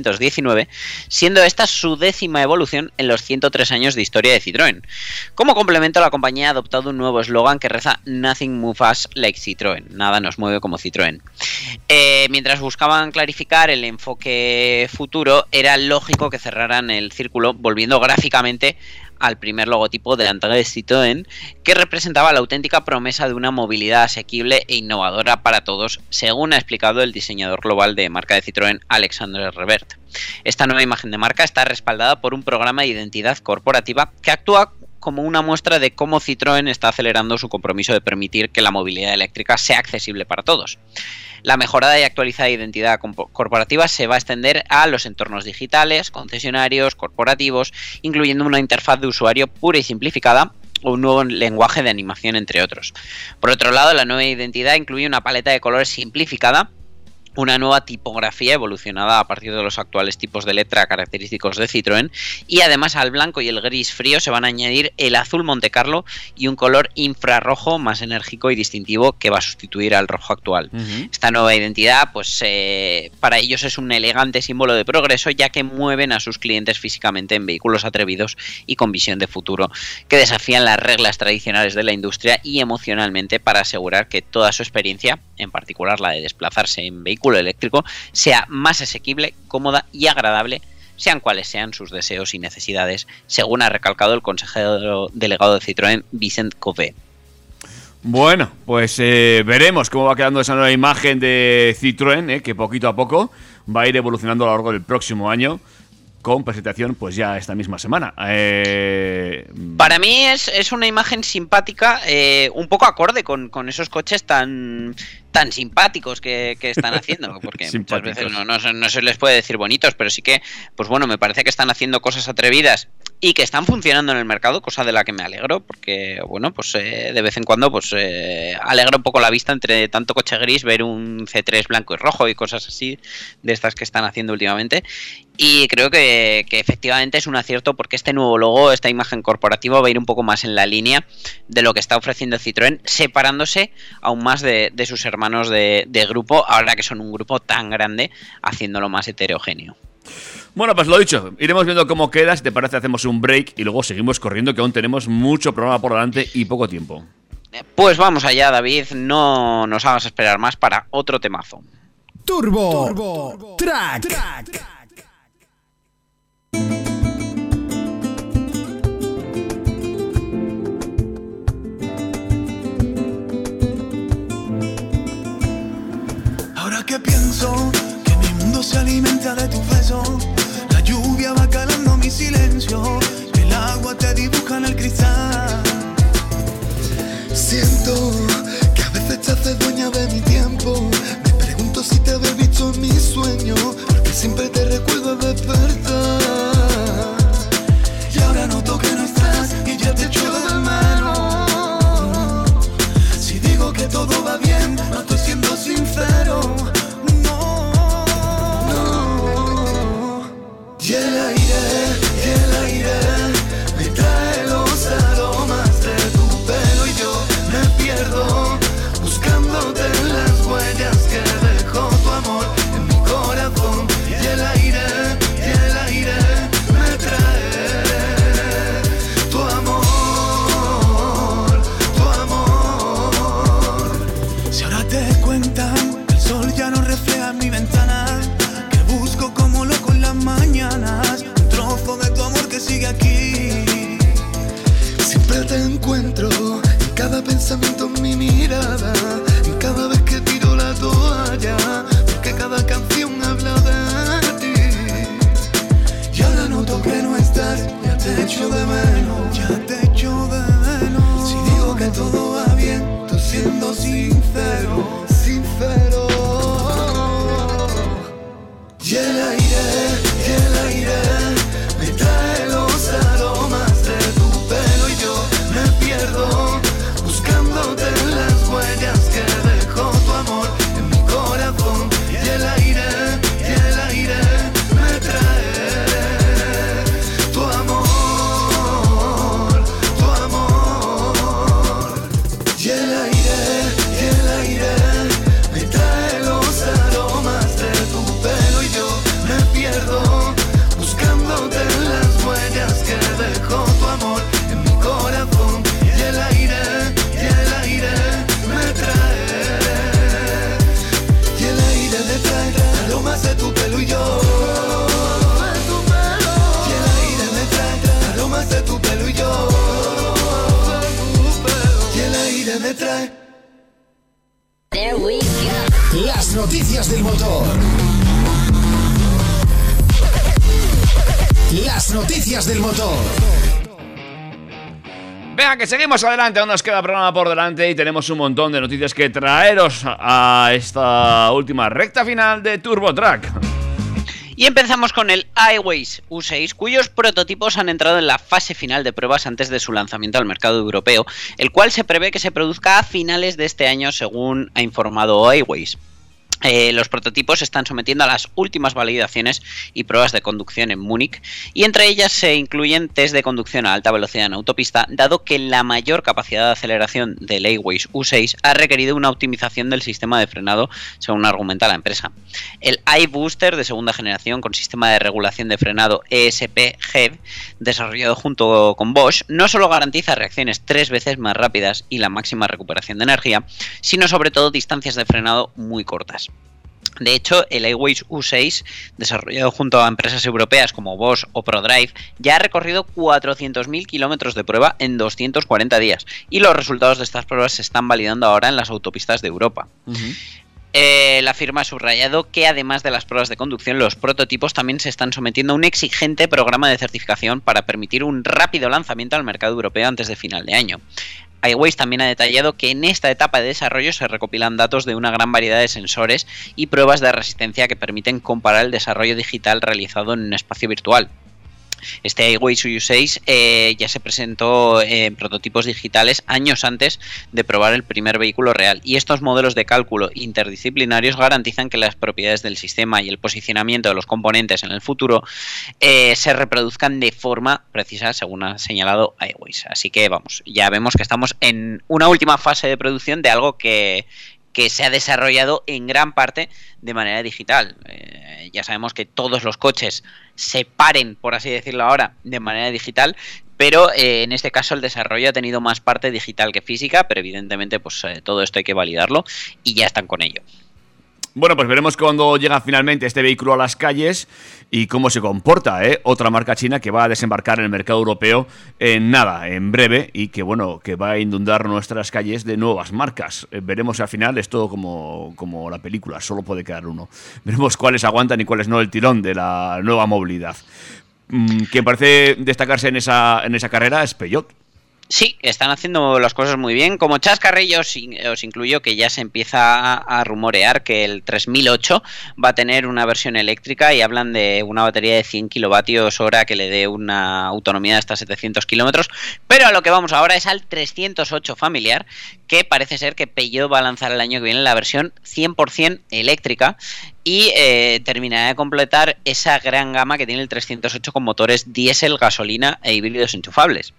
1919, siendo esta su 10ª evolución en los 103 años de historia de Citroën. Como complemento, la compañía ha adoptado un nuevo eslogan que reza "Nothing moves us like Citroën", nada nos mueve como Citroën. Mientras buscaban clarificar el enfoque futuro, era lógico que cerraran el círculo volviendo gráficamente al primer logotipo de André Citroën, que representaba la auténtica promesa de una movilidad asequible e innovadora para todos, según ha explicado el diseñador global de marca de Citroën, Alexandre Revert. Esta nueva imagen de marca está respaldada por un programa de identidad corporativa que actúa como una muestra de cómo Citroën está acelerando su compromiso de permitir que la movilidad eléctrica sea accesible para todos. La mejorada y actualizada identidad corporativa se va a extender a los entornos digitales, concesionarios, corporativos, incluyendo una interfaz de usuario pura y simplificada o un nuevo lenguaje de animación, entre otros. Por otro lado, la nueva identidad incluye una paleta de colores simplificada, una nueva tipografía evolucionada a partir de los actuales tipos de letra característicos de Citroën, y además al blanco y el gris frío se van a añadir el azul Monte Carlo y un color infrarrojo más enérgico y distintivo que va a sustituir al rojo actual. Esta nueva identidad, pues para ellos es un elegante símbolo de progreso, ya que mueven a sus clientes físicamente en vehículos atrevidos y con visión de futuro, que desafían las reglas tradicionales de la industria y emocionalmente para asegurar que toda su experiencia, en particular la de desplazarse en vehículo eléctrico, sea más asequible, cómoda y agradable, sean cuales sean sus deseos y necesidades, según ha recalcado el consejero delegado de Citroën, Vicent Cové. Bueno, pues veremos cómo va quedando esa nueva imagen de Citroën, que poquito a poco va a ir evolucionando a lo largo del próximo año, con presentación pues ya esta misma semana. Para mí es una imagen simpática, un poco acorde con esos coches tan simpáticos que están haciendo, porque muchas veces no se les puede decir bonitos, pero sí que, pues bueno, me parece que están haciendo cosas atrevidas y que están funcionando en el mercado, cosa de la que me alegro, porque bueno, pues de vez en cuando pues alegra un poco la vista entre tanto coche gris, ver un C3 blanco y rojo y cosas así de estas que están haciendo últimamente. Y creo que efectivamente es un acierto, porque este nuevo logo, esta imagen corporativa, va a ir un poco más en la línea de lo que está ofreciendo Citroën, separándose aún más de sus hermanos de grupo, ahora que son un grupo tan grande, haciéndolo más heterogéneo. Bueno, pues lo dicho, iremos viendo cómo queda. Si te parece, hacemos un break y luego seguimos corriendo, que aún tenemos mucho programa por delante y poco tiempo. Pues vamos allá, David, no nos hagas esperar más para otro temazo. Turbo Track. Ahora que pienso que mi mundo se alimenta de tus besos, la lluvia va calando mi silencio, que el agua te dibuja en el cristal. Siento que a veces te haces dueña de mi tiempo. Me pregunto si te había visto en mis sueños, porque siempre te recuerdo al despertar. Y ahora noto que no estás y ya te echo de menos. Si digo que todo va bien, no estoy siendo sincero. No. Y el aire me trae los aromas de tu pelo y yo me pierdo buscándote en las huellas que dejó tu amor en mi corazón. Y el aire me trae tu amor. Si ahora te cuentan que el sol ya no refleja en mi ventana, que busco como loco en las mañanas un trozo de tu amor que sigue aquí. Siempre te encuentro en cada pensamiento, en mi mirada, en cada vez que tiro la toalla, porque cada canción habla de ti. Y ahora noto que no estás, ya te echo de menos, Si digo que todo va bien, estoy siendo sincero. Y el aire me trae los aromas de tu pelo y yo me pierdo buscándote en las huellas que dejó tu amor en mi corazón. Y el aire me trae tu amor. Y el aire me trae los aromas de tu pelo y yo me pierdo buscándote en las huellas que dejó tu amor en mi corazón. Y el aire me trae. Y el aire me trae aromas de tu pelo y yo. Y el aire me trae aromas de tu pelo y yo. Y el aire me trae. Las noticias del motor. Las noticias del motor. Venga, que seguimos adelante, aún nos queda programa por delante y tenemos un montón de noticias que traeros a esta última recta final de Turbo Track. Y empezamos con el iWays U6, cuyos prototipos han entrado en la fase final de pruebas antes de su lanzamiento al mercado europeo, el cual se prevé que se produzca a finales de este año, según ha informado iWays. Los prototipos se están sometiendo a las últimas validaciones y pruebas de conducción en Múnich, y entre ellas se incluyen test de conducción a alta velocidad en autopista, dado que la mayor capacidad de aceleración del iWays U6 ha requerido una optimización del sistema de frenado, según argumenta la empresa. El iBooster de segunda generación con sistema de regulación de frenado ESP-HEV, desarrollado junto con Bosch, no solo garantiza reacciones 3 veces más rápidas y la máxima recuperación de energía, sino sobre todo distancias de frenado muy cortas. De hecho, el iWays U6, desarrollado junto a empresas europeas como Bosch o ProDrive, ya ha recorrido 400.000 kilómetros de prueba en 240 días, y los resultados de estas pruebas se están validando ahora en las autopistas de Europa. La firma ha subrayado que además de las pruebas de conducción, los prototipos también se están sometiendo a un exigente programa de certificación para permitir un rápido lanzamiento al mercado europeo antes de final de año. iWays también ha detallado que en esta etapa de desarrollo se recopilan datos de una gran variedad de sensores y pruebas de resistencia que permiten comparar el desarrollo digital realizado en un espacio virtual. Este iWays U6 ya se presentó en prototipos digitales años antes de probar el primer vehículo real, y estos modelos de cálculo interdisciplinarios garantizan que las propiedades del sistema y el posicionamiento de los componentes en el futuro se reproduzcan de forma precisa, según ha señalado iWays. Así que vamos, ya vemos que estamos en una última fase de producción de algo que se ha desarrollado en gran parte de manera digital. Ya sabemos que todos los coches se paren, por así decirlo ahora, de manera digital, pero en este caso el desarrollo ha tenido más parte digital que física, pero evidentemente pues todo esto hay que validarlo y ya están con ello. Bueno, pues veremos cuando llega finalmente este vehículo a las calles y cómo se comporta, ¿eh? Otra marca china que va a desembarcar en el mercado europeo en nada, en breve, y que bueno, que va a inundar nuestras calles de nuevas marcas. Veremos al final, es todo como la película, solo puede quedar uno. Veremos cuáles aguantan y cuáles no el tirón de la nueva movilidad. Quien parece destacarse en esa carrera es Peugeot. Sí, están haciendo las cosas muy bien. Como chascarrillo os incluyo que ya se empieza a rumorear que el 3008 va a tener una versión eléctrica y hablan de una batería de 100 kilovatios hora que le dé una autonomía de hasta 700 kilómetros. Pero a lo que vamos ahora es al 308 familiar, que parece ser que Peugeot va a lanzar el año que viene la versión 100% eléctrica y terminará de completar esa gran gama que tiene el 308 con motores diésel, gasolina e híbridos enchufables.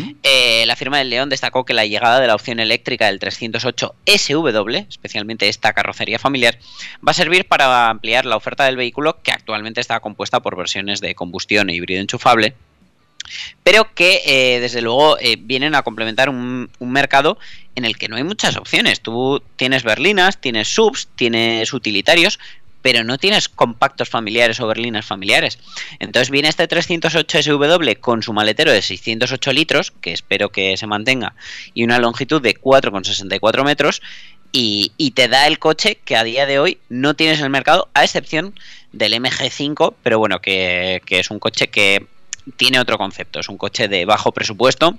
La firma del León destacó que la llegada de la opción eléctrica del 308 SW, especialmente esta carrocería familiar, va a servir para ampliar la oferta del vehículo, que actualmente está compuesta por versiones de combustión e híbrido enchufable, pero que desde luego vienen a complementar un mercado en el que no hay muchas opciones. Tú tienes berlinas, tienes subs, tienes utilitarios, pero no tienes compactos familiares o berlinas familiares. Entonces viene este 308 SW con su maletero de 608 litros, que espero que se mantenga, y una longitud de 4,64 metros, y te da el coche que a día de hoy no tienes en el mercado, a excepción del MG5, pero bueno, que es un coche que tiene otro concepto, es un coche de bajo presupuesto,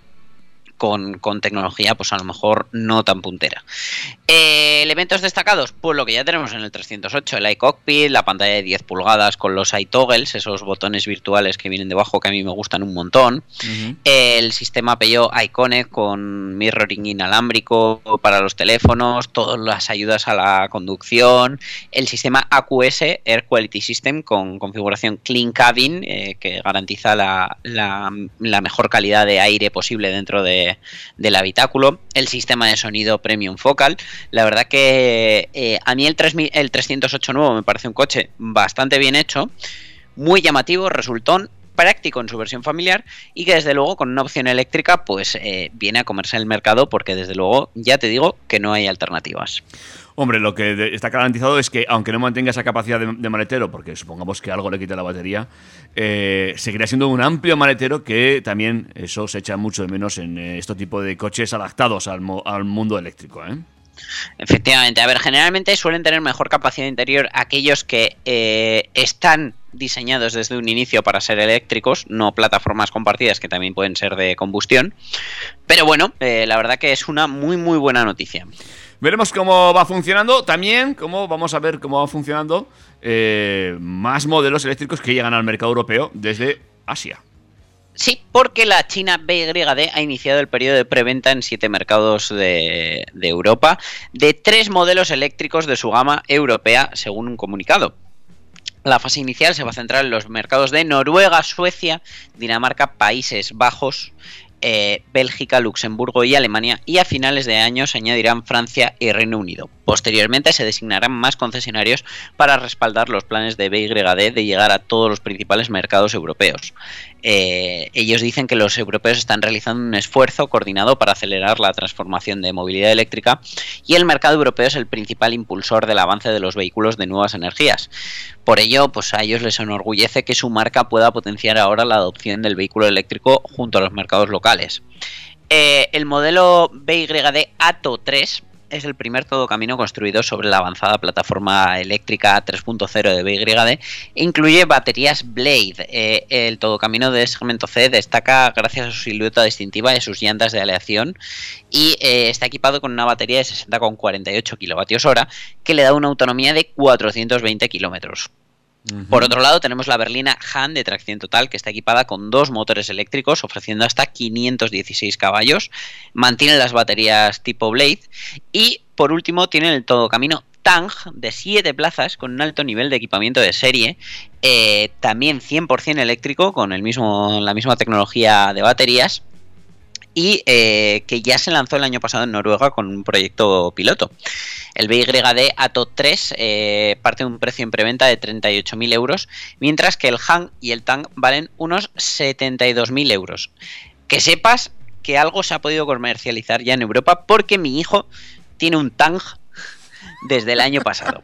con tecnología pues a lo mejor no tan puntera. Elementos destacados, pues lo que ya tenemos en el 308, el iCockpit, la pantalla de 10 pulgadas con los iToggles, esos botones virtuales que vienen debajo que a mí me gustan un montón, el sistema Peugeot iConnect con mirroring inalámbrico para los teléfonos, todas las ayudas a la conducción, el sistema AQS, Air Quality System, con configuración Clean Cabin, que garantiza la mejor calidad de aire posible dentro del habitáculo, el sistema de sonido Premium Focal. La verdad que a mí el 308 nuevo me parece un coche bastante bien hecho, muy llamativo, resultón, práctico en su versión familiar y que desde luego con una opción eléctrica pues viene a comerse el mercado, porque desde luego ya te digo que no hay alternativas. Hombre, lo que está garantizado es que, aunque no mantenga esa capacidad de maletero, porque supongamos que algo le quite la batería, seguirá siendo un amplio maletero, que también eso se echa mucho de menos en este tipo de coches adaptados al mundo eléctrico, ¿eh? Efectivamente, a ver, generalmente suelen tener mejor capacidad interior aquellos que están diseñados desde un inicio para ser eléctricos, no plataformas compartidas que también pueden ser de combustión, pero bueno, la verdad que es una muy muy buena noticia. Veremos cómo va funcionando, también vamos a ver cómo va funcionando más modelos eléctricos que llegan al mercado europeo desde Asia. Sí, porque la China BYD ha iniciado el periodo de preventa en 7 mercados de Europa de 3 modelos eléctricos de su gama europea, según un comunicado. La fase inicial se va a centrar en los mercados de Noruega, Suecia, Dinamarca, Países Bajos, Bélgica, Luxemburgo y Alemania, y a finales de año se añadirán Francia y Reino Unido. Posteriormente se designarán más concesionarios para respaldar los planes de BYD de llegar a todos los principales mercados europeos. Ellos dicen que los europeos están realizando un esfuerzo coordinado para acelerar la transformación de movilidad eléctrica, y el mercado europeo es el principal impulsor del avance de los vehículos de nuevas energías. Por ello, pues a ellos les enorgullece que su marca pueda potenciar ahora la adopción del vehículo eléctrico junto a los mercados locales. El modelo BYD Atto 3 es el primer todocamino construido sobre la avanzada plataforma eléctrica 3.0 de BYD e incluye baterías Blade. El todocamino de segmento C destaca gracias a su silueta distintiva y sus llantas de aleación, y está equipado con una batería de 60,48 kWh que le da una autonomía de 420 kilómetros. Por otro lado tenemos la berlina Han de tracción total, que está equipada con 2 motores eléctricos ofreciendo hasta 516 caballos, mantiene las baterías tipo Blade, y por último tienen el todocamino Tang de 7 plazas con un alto nivel de equipamiento de serie, también 100% eléctrico con la misma tecnología de baterías, y que ya se lanzó el año pasado en Noruega con un proyecto piloto. El BYD Atto 3 parte de un precio en preventa de 38.000 euros, mientras que el Han y el Tang valen unos 72.000 euros. que sepas que algo se ha podido comercializar ya en Europa porque mi hijo tiene un Tang desde el año pasado.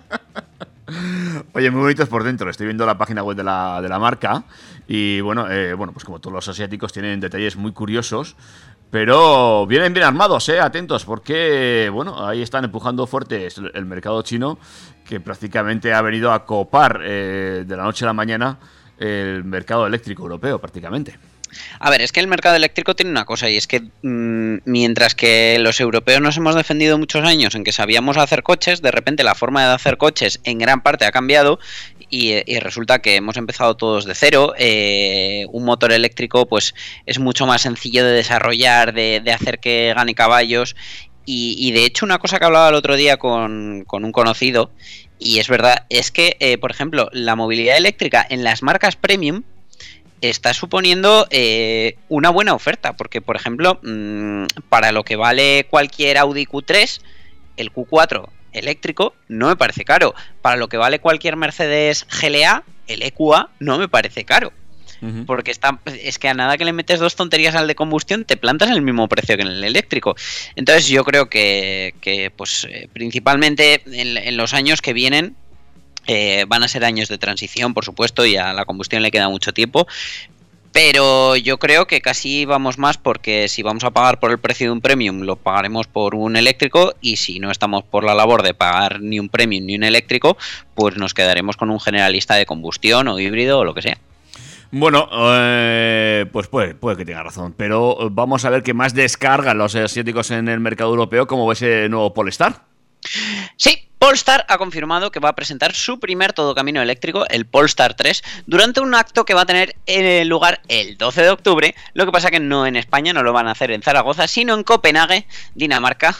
Oye, muy bonitos por dentro. Estoy viendo la página web de la marca y bueno, pues como todos los asiáticos tienen detalles muy curiosos, pero vienen bien armados, atentos, porque bueno, ahí están empujando fuerte el mercado chino, que prácticamente ha venido a copar de la noche a la mañana el mercado eléctrico europeo, prácticamente. A ver, es que el mercado eléctrico tiene una cosa, y es que mientras que los europeos nos hemos defendido muchos años en que sabíamos hacer coches, de repente la forma de hacer coches en gran parte ha cambiado y resulta que hemos empezado todos de cero. Un motor eléctrico pues es mucho más sencillo de desarrollar, de hacer que gane caballos, y de hecho una cosa que hablaba el otro día con un conocido, y es verdad, es que por ejemplo la movilidad eléctrica en las marcas premium está suponiendo una buena oferta, porque por ejemplo para lo que vale cualquier Audi Q3, el Q4 eléctrico no me parece caro. Para lo que vale cualquier Mercedes GLA, el EQA no me parece caro. Porque es que a nada que le metes dos tonterías al de combustión te plantas el mismo precio que en el eléctrico. Entonces yo creo que pues principalmente en los años que vienen van a ser años de transición, por supuesto, y a la combustión le queda mucho tiempo, pero yo creo que casi vamos más, porque si vamos a pagar por el precio de un premium, lo pagaremos por un eléctrico, y si no estamos por la labor de pagar ni un premium ni un eléctrico, pues nos quedaremos con un generalista de combustión o híbrido o lo que sea. Bueno, pues puede que tenga razón, pero vamos a ver qué más descargan los asiáticos en el mercado europeo, como va ese nuevo Polestar. Sí, Polestar ha confirmado que va a presentar su primer todocamino eléctrico, el Polestar 3, durante un acto que va a tener lugar el 12 de octubre. Lo que pasa que no en España, no lo van a hacer en Zaragoza, sino en Copenhague, Dinamarca.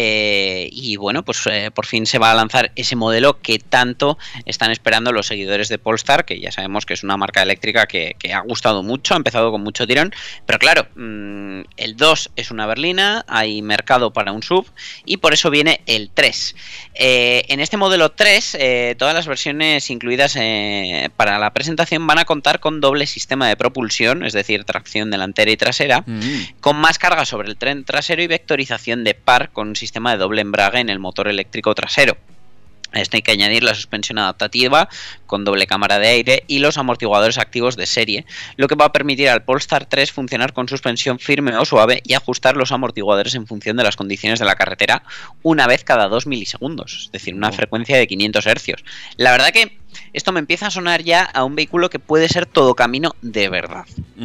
Y bueno, pues por fin se va a lanzar ese modelo que tanto están esperando los seguidores de Polestar, que ya sabemos que es una marca eléctrica que ha gustado mucho, ha empezado con mucho tirón, pero claro, el 2 es una berlina, hay mercado para un SUV, y por eso viene el 3. En este modelo 3, todas las versiones incluidas para la presentación van a contar con doble sistema de propulsión, es decir, tracción delantera y trasera, con más carga sobre el tren trasero y vectorización de par con un sistema de doble embrague en el motor eléctrico trasero. A esto hay que añadir la suspensión adaptativa con doble cámara de aire y los amortiguadores activos de serie, lo que va a permitir al Polestar 3 funcionar con suspensión firme o suave y ajustar los amortiguadores en función de las condiciones de la carretera una vez cada 2 milisegundos, es decir, una frecuencia de 500 hercios. La verdad que esto me empieza a sonar ya a un vehículo que puede ser todo camino de verdad.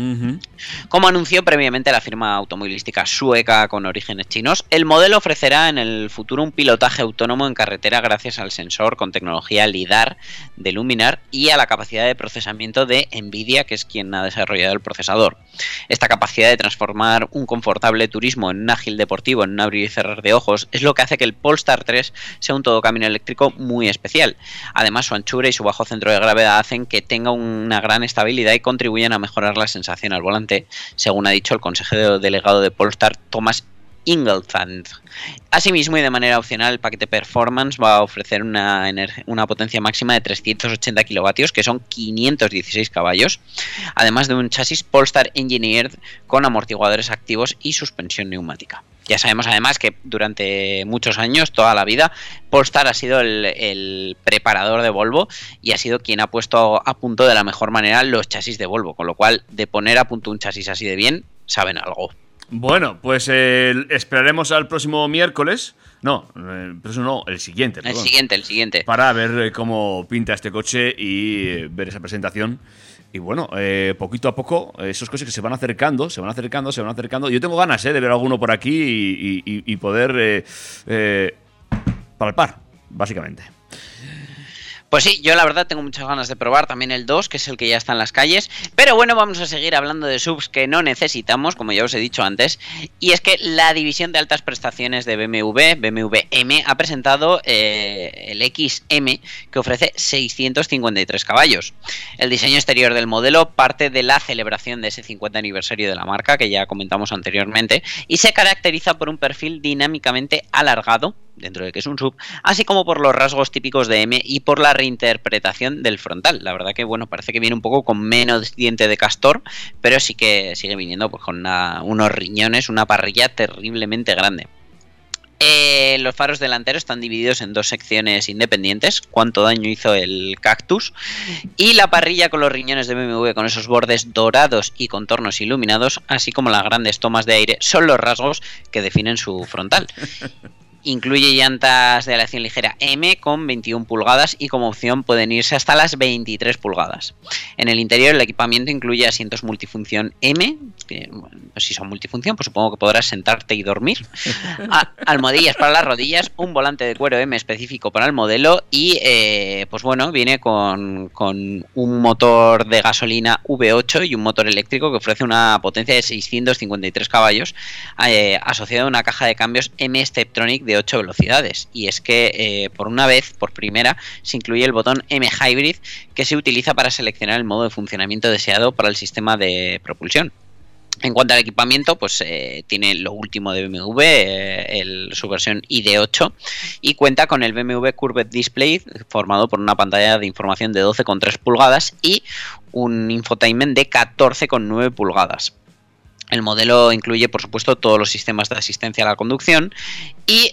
Como anunció previamente la firma automovilística sueca con orígenes chinos, el modelo ofrecerá en el futuro un pilotaje autónomo en carretera gracias al sensor con tecnología LiDAR de Luminar y a la capacidad de procesamiento de Nvidia, que es quien ha desarrollado el procesador. Esta capacidad de transformar un confortable turismo en un ágil deportivo, en un abrir y cerrar de ojos, es lo que hace que el Polestar 3 sea un todocamino eléctrico muy especial. Además, su anchura y su bajo centro de gravedad hacen que tenga una gran estabilidad y contribuyen a mejorar la sensación al volante, según ha dicho el consejero delegado de Polestar, Thomas Ingolfand. Asimismo, y de manera opcional, el paquete Performance va a ofrecer una potencia máxima de 380 kilovatios, que son 516 caballos, además de un chasis Polestar Engineered con amortiguadores activos y suspensión neumática. Ya sabemos además que durante muchos años, toda la vida, Polestar ha sido el preparador de Volvo y ha sido quien ha puesto a punto de la mejor manera los chasis de Volvo, con lo cual de poner a punto un chasis así de bien, saben algo. Bueno, pues esperaremos al próximo miércoles. No, el siguiente. Perdón, el siguiente. Para ver cómo pinta este coche y ver esa presentación. Y bueno, poquito a poco, esos coches que se van acercando. Yo tengo ganas de ver alguno por aquí y poder palpar, básicamente. Pues sí, yo la verdad tengo muchas ganas de probar también el 2, que es el que ya está en las calles. Pero bueno, vamos a seguir hablando de SUVs que no necesitamos, como ya os he dicho antes. Y es que la división de altas prestaciones de BMW M, ha presentado el XM, que ofrece 653 caballos. El diseño exterior del modelo parte de la celebración de ese 50 aniversario de la marca, que ya comentamos anteriormente, y se caracteriza por un perfil dinámicamente alargado, dentro de que es un sub, así como por los rasgos típicos de M y por la reinterpretación del frontal. La verdad que, bueno, parece que viene un poco con menos diente de castor, pero sí que sigue viniendo pues con unos riñones, una parrilla terriblemente grande. Los faros delanteros están divididos en dos secciones independientes, cuánto daño hizo el Cactus, y la parrilla con los riñones de BMW con esos bordes dorados y contornos iluminados, así como las grandes tomas de aire, son los rasgos que definen su frontal. Incluye llantas de aleación ligera M con 21 pulgadas y como opción pueden irse hasta las 23 pulgadas. En el interior el equipamiento incluye asientos multifunción M, que bueno, pues si son multifunción pues supongo que podrás sentarte y dormir, almohadillas para las rodillas, un volante de cuero M específico para el modelo y pues bueno, viene con un motor de gasolina V8 y un motor eléctrico que ofrece una potencia de 653 caballos asociado a una caja de cambios M Steptronic de 8 velocidades, y es que por primera se incluye el botón M Hybrid, que se utiliza para seleccionar el modo de funcionamiento deseado para el sistema de propulsión. En cuanto al equipamiento, pues tiene lo último de BMW, su versión ID8, y cuenta con el BMW Curved Display formado por una pantalla de información de 12,3 pulgadas y un infotainment de 14,9 pulgadas. El modelo incluye, por supuesto, todos los sistemas de asistencia a la conducción y,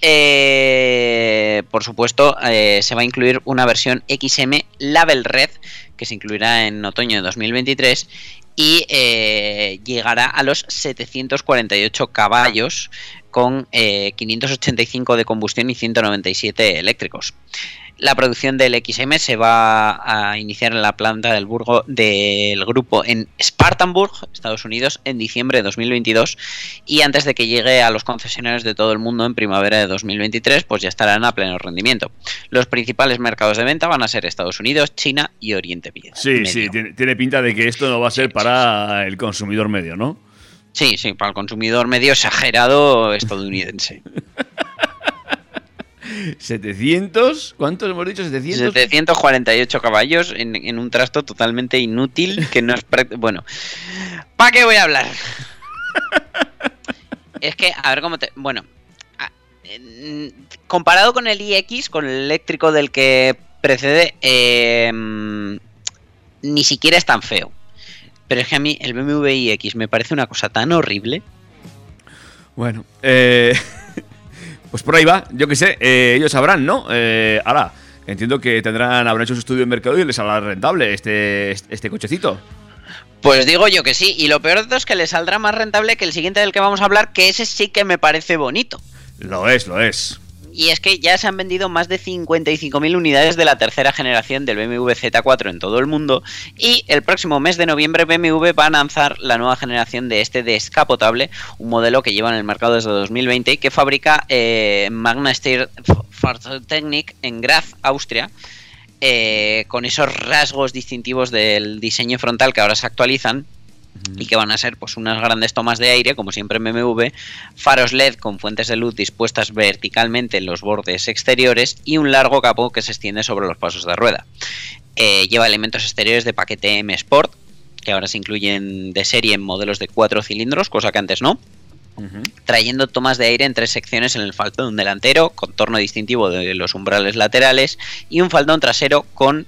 por supuesto, se va a incluir una versión XM Label Red que se incluirá en otoño de 2023 y llegará a los 748 caballos con 585 de combustión y 197 eléctricos. La producción del XM se va a iniciar en la planta del grupo en Spartanburg, Estados Unidos, en diciembre de 2022 y antes de que llegue a los concesionarios de todo el mundo en primavera de 2023, pues ya estarán a pleno rendimiento. Los principales mercados de venta van a ser Estados Unidos, China y Oriente Medio. Sí, tiene pinta de que esto no va a ser para el consumidor medio, ¿no? Sí, para el consumidor medio exagerado estadounidense. 700, ¿cuántos hemos dicho? 748 caballos en un trasto totalmente inútil que no es bueno, ¿para qué voy a hablar? Es que, a ver cómo bueno, comparado con el iX, con el eléctrico del que precede, ni siquiera es tan feo. Pero es que a mí el BMW iX me parece una cosa tan horrible. Bueno, pues por ahí va, yo qué sé, ellos sabrán, ¿no? Ahora, entiendo que habrán hecho su estudio de mercado y les saldrá rentable este cochecito. Pues digo yo que sí, y lo peor de todo es que les saldrá más rentable que el siguiente del que vamos a hablar, que ese sí que me parece bonito. Lo es. Y es que ya se han vendido más de 55.000 unidades de la tercera generación del BMW Z4 en todo el mundo y el próximo mes de noviembre BMW va a lanzar la nueva generación de este descapotable, un modelo que lleva en el mercado desde 2020 y que fabrica Magna Steyr Fahrzeugtechnik en Graz, Austria, con esos rasgos distintivos del diseño frontal que ahora se actualizan y que van a ser pues unas grandes tomas de aire, como siempre en BMW, faros LED con fuentes de luz dispuestas verticalmente en los bordes exteriores y un largo capó que se extiende sobre los pasos de rueda. Lleva elementos exteriores de paquete M Sport, que ahora se incluyen de serie en modelos de 4 cilindros, cosa que antes no. Trayendo tomas de aire en 3 secciones en el faldón delantero, contorno distintivo de los umbrales laterales y un faldón trasero con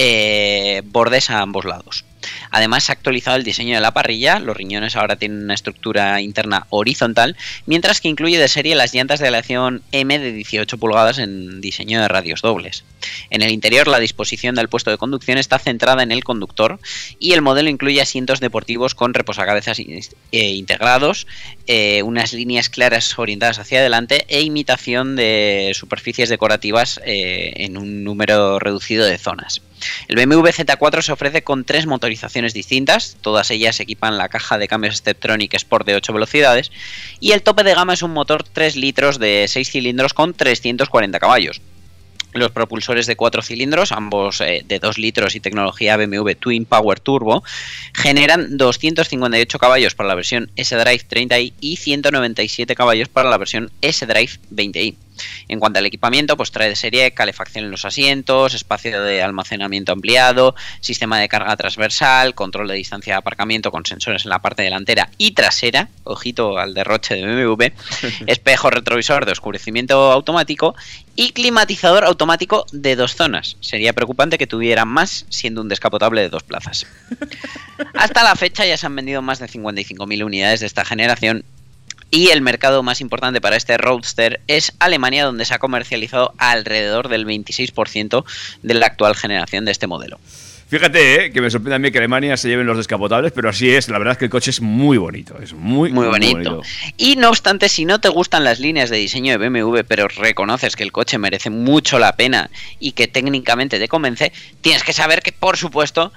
bordes a ambos lados. Además se ha actualizado el diseño de la parrilla, los riñones ahora tienen una estructura interna horizontal, mientras que incluye de serie las llantas de aleación M de 18 pulgadas en diseño de radios dobles. En el interior la disposición del puesto de conducción está centrada en el conductor y el modelo incluye asientos deportivos con reposacabezas integrados, unas líneas claras orientadas hacia adelante e imitación de superficies decorativas en un número reducido de zonas. El BMW Z4 se ofrece con 3 motorizaciones distintas, todas ellas equipan la caja de cambios Steptronic Sport de 8 velocidades y el tope de gama es un motor 3 litros de 6 cilindros con 340 caballos. Los propulsores de 4 cilindros, ambos de 2 litros y tecnología BMW Twin Power Turbo, generan 258 caballos para la versión S-Drive 30i y 197 caballos para la versión S-Drive 20i. En cuanto al equipamiento, pues trae de serie calefacción en los asientos, espacio de almacenamiento ampliado, sistema de carga transversal, control de distancia de aparcamiento con sensores en la parte delantera y trasera, ojito al derroche de BMW, espejo retrovisor de oscurecimiento automático y climatizador automático de 2 zonas. Sería preocupante que tuviera más siendo un descapotable de 2 plazas. Hasta la fecha ya se han vendido más de 55.000 unidades de esta generación y el mercado más importante para este Roadster es Alemania, donde se ha comercializado alrededor del 26% de la actual generación de este modelo. Fíjate, que me sorprende a mí que Alemania se lleven los descapotables, pero así es. La verdad es que el coche es muy bonito. Es muy bonito. Y no obstante, si no te gustan las líneas de diseño de BMW, pero reconoces que el coche merece mucho la pena y que técnicamente te convence, tienes que saber que, por supuesto,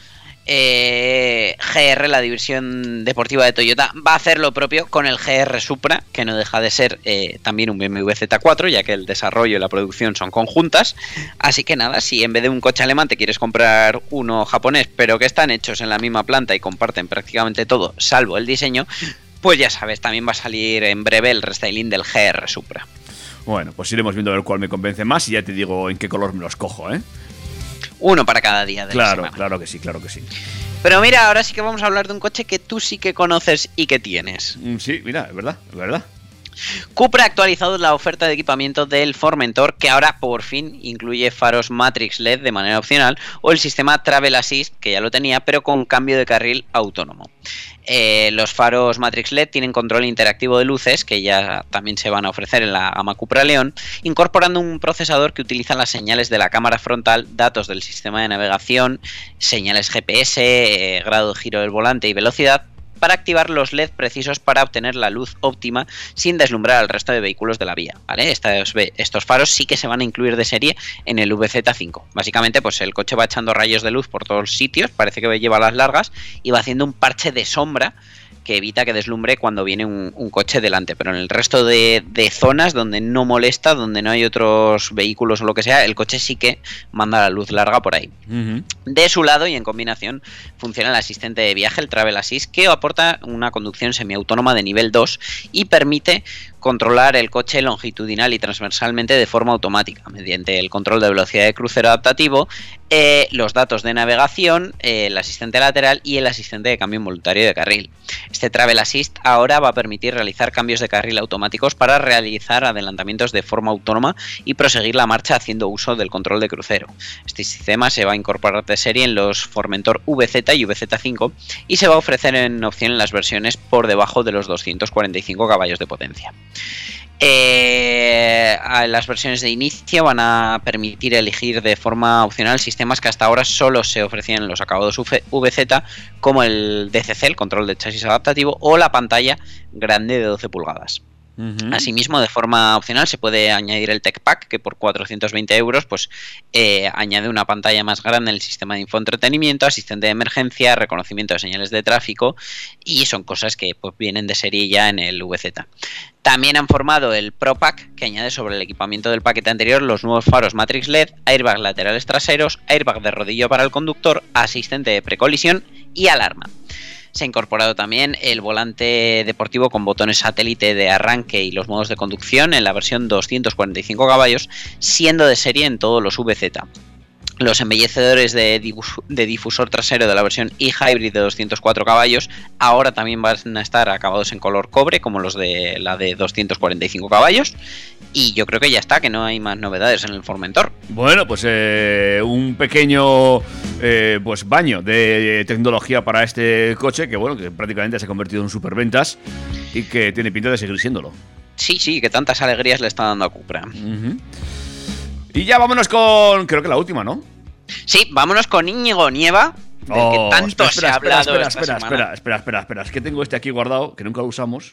GR, la división deportiva de Toyota, va a hacer lo propio con el GR Supra, que no deja de ser también un BMW Z4, ya que el desarrollo y la producción son conjuntas. Así que nada, si en vez de un coche alemán te quieres comprar uno japonés, pero que están hechos en la misma planta y comparten prácticamente todo, salvo el diseño, pues ya sabes, también va a salir en breve el restyling del GR Supra. Bueno, pues iremos viendo a ver cuál me convence más y ya te digo en qué color me los cojo, ¿eh? Uno para cada día de la semana. Claro que sí. Pero mira, ahora sí que vamos a hablar de un coche que tú sí que conoces y que tienes. Sí, mira, es verdad. Cupra ha actualizado la oferta de equipamiento del Formentor, que ahora por fin incluye faros Matrix LED de manera opcional o el sistema Travel Assist, que ya lo tenía, pero con cambio de carril autónomo. Los faros Matrix LED tienen control interactivo de luces, que ya también se van a ofrecer en la gama Cupra León, incorporando un procesador que utiliza las señales de la cámara frontal, datos del sistema de navegación, señales GPS, grado de giro del volante y velocidad, para activar los LED precisos para obtener la luz óptima sin deslumbrar al resto de vehículos de la vía, ¿vale? Estos faros sí que se van a incluir de serie en el VZ5. Básicamente, pues el coche va echando rayos de luz por todos sitios, parece que lleva las largas y va haciendo un parche de sombra que evita que deslumbre cuando viene un coche delante, pero en el resto de zonas donde no molesta, donde no hay otros vehículos o lo que sea, el coche sí que manda la luz larga por ahí. De su lado y en combinación funciona el asistente de viaje, el Travel Assist, que aporta una conducción semiautónoma de nivel 2 y permite controlar el coche longitudinal y transversalmente de forma automática, mediante el control de velocidad de crucero adaptativo, los datos de navegación, el asistente lateral y el asistente de cambio involuntario de carril. Este Travel Assist ahora va a permitir realizar cambios de carril automáticos para realizar adelantamientos de forma autónoma y proseguir la marcha haciendo uso del control de crucero. Este sistema se va a incorporar de serie en los Formentor VZ y VZ5 y se va a ofrecer en opción en las versiones por debajo de los 245 caballos de potencia. Las versiones de inicio van a permitir elegir de forma opcional sistemas que hasta ahora solo se ofrecían en los acabados VZ, como el DCC, el control de chasis adaptativo, o la pantalla grande de 12 pulgadas. Asimismo, de forma opcional se puede añadir el Tech Pack, que por 420 euros pues, añade una pantalla más grande en el sistema de infoentretenimiento, asistente de emergencia, reconocimiento de señales de tráfico, y son cosas que pues, vienen de serie ya en el VZ. También han formado el Pro Pack, que añade sobre el equipamiento del paquete anterior los nuevos faros Matrix LED, airbag laterales traseros, airbag de rodillo para el conductor, asistente de precolisión y alarma. Se ha incorporado también el volante deportivo con botones satélite de arranque y los modos de conducción en la versión 245 caballos, siendo de serie en todos los VZ. Los embellecedores de difusor trasero de la versión e-Hybrid de 204 caballos ahora también van a estar acabados en color cobre, como los de la de 245 caballos. Y yo creo que ya está, que no hay más novedades en el Formentor. Bueno, pues un pequeño pues baño de tecnología para este coche, que bueno, que prácticamente se ha convertido en superventas y que tiene pinta de seguir siéndolo. Sí, que tantas alegrías le está dando a Cupra. Y ya vámonos con, creo que la última, ¿no? Sí, vámonos con Íñigo Nieva, del que tanto se ha hablado esta semana. Espera, es que tengo este aquí guardado, que nunca lo usamos.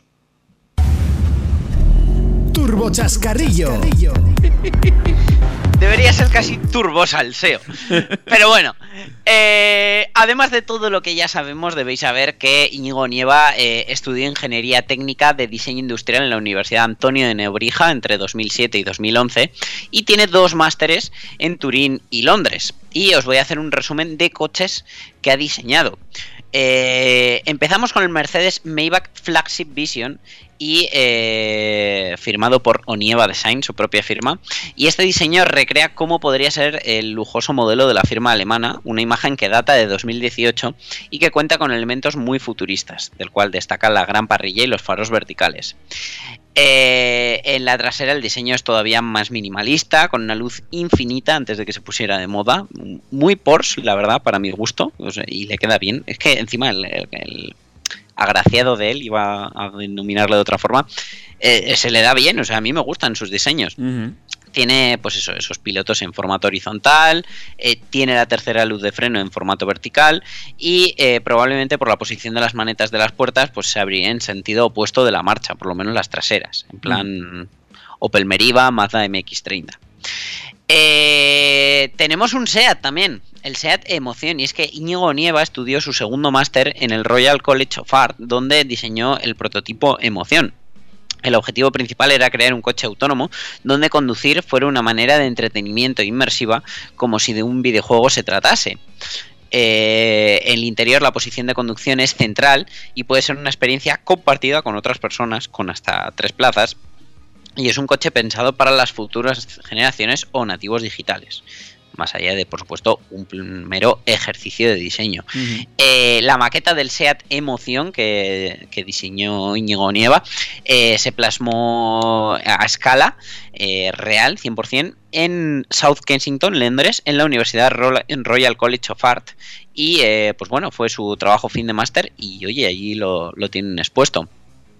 Turbo Chascarrillo. Debería ser casi turbo salseo. Pero bueno, además de todo lo que ya sabemos, debéis saber que Íñigo Nieva estudió Ingeniería Técnica de Diseño Industrial en la Universidad Antonio de Nebrija entre 2007 y 2011 y tiene 2 másteres en Turín y Londres. y os voy a hacer un resumen de coches que ha diseñado. Empezamos con el Mercedes Maybach Flagship Vision y firmado por Onieva Design, su propia firma, y este diseño recrea cómo podría ser el lujoso modelo de la firma alemana, una imagen que data de 2018 y que cuenta con elementos muy futuristas, del cual destacan la gran parrilla y los faros verticales. En la trasera el diseño es todavía más minimalista, con una luz infinita antes de que se pusiera de moda, muy Porsche, la verdad, para mi gusto, o sea, y le queda bien. Es que encima el agraciado de él, iba a denominarlo de otra forma, se le da bien, o sea, a mí me gustan sus diseños. Tiene, pues eso, esos pilotos en formato horizontal, tiene la tercera luz de freno en formato vertical y probablemente por la posición de las manetas de las puertas, pues se abriría en sentido opuesto de la marcha, por lo menos las traseras, en plan Opel Meriva, Mazda MX-30. Tenemos un SEAT también, el SEAT Emoción, y es que Íñigo Onieva estudió su segundo máster en el Royal College of Art, donde diseñó el prototipo Emoción. El objetivo principal era crear un coche autónomo donde conducir fuera una manera de entretenimiento inmersiva, como si de un videojuego se tratase. En el interior la posición de conducción es central y puede ser una experiencia compartida con otras personas con hasta 3 plazas, y es un coche pensado para las futuras generaciones o nativos digitales, más allá de, por supuesto, un mero ejercicio de diseño. La maqueta del SEAT Emoción que diseñó Íñigo Onieva se plasmó a escala real, 100%, en South Kensington, Londres, en la Universidad Royal College of Art. Y, pues bueno, fue su trabajo fin de máster y, oye, allí lo tienen expuesto.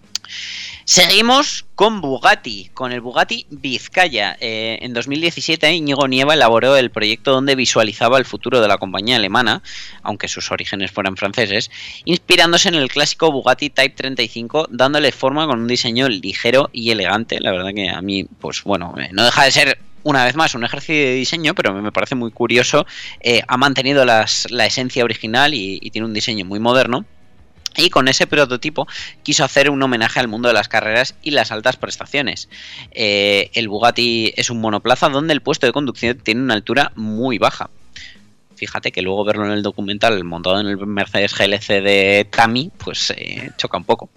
Seguimos con Bugatti, con el Bugatti Vizcaya. En 2017 Íñigo Onieva elaboró el proyecto donde visualizaba el futuro de la compañía alemana, aunque sus orígenes fueran franceses, inspirándose en el clásico Bugatti Type 35, dándole forma con un diseño ligero y elegante. La verdad que a mí, pues bueno, no deja de ser una vez más un ejercicio de diseño, pero me parece muy curioso. Ha mantenido la esencia original y tiene un diseño muy moderno. Y con ese prototipo quiso hacer un homenaje al mundo de las carreras y las altas prestaciones. El Bugatti es un monoplaza donde el puesto de conducción tiene una altura muy baja. Fíjate que luego verlo en el documental montado en el Mercedes GLC de Tami, pues choca un poco.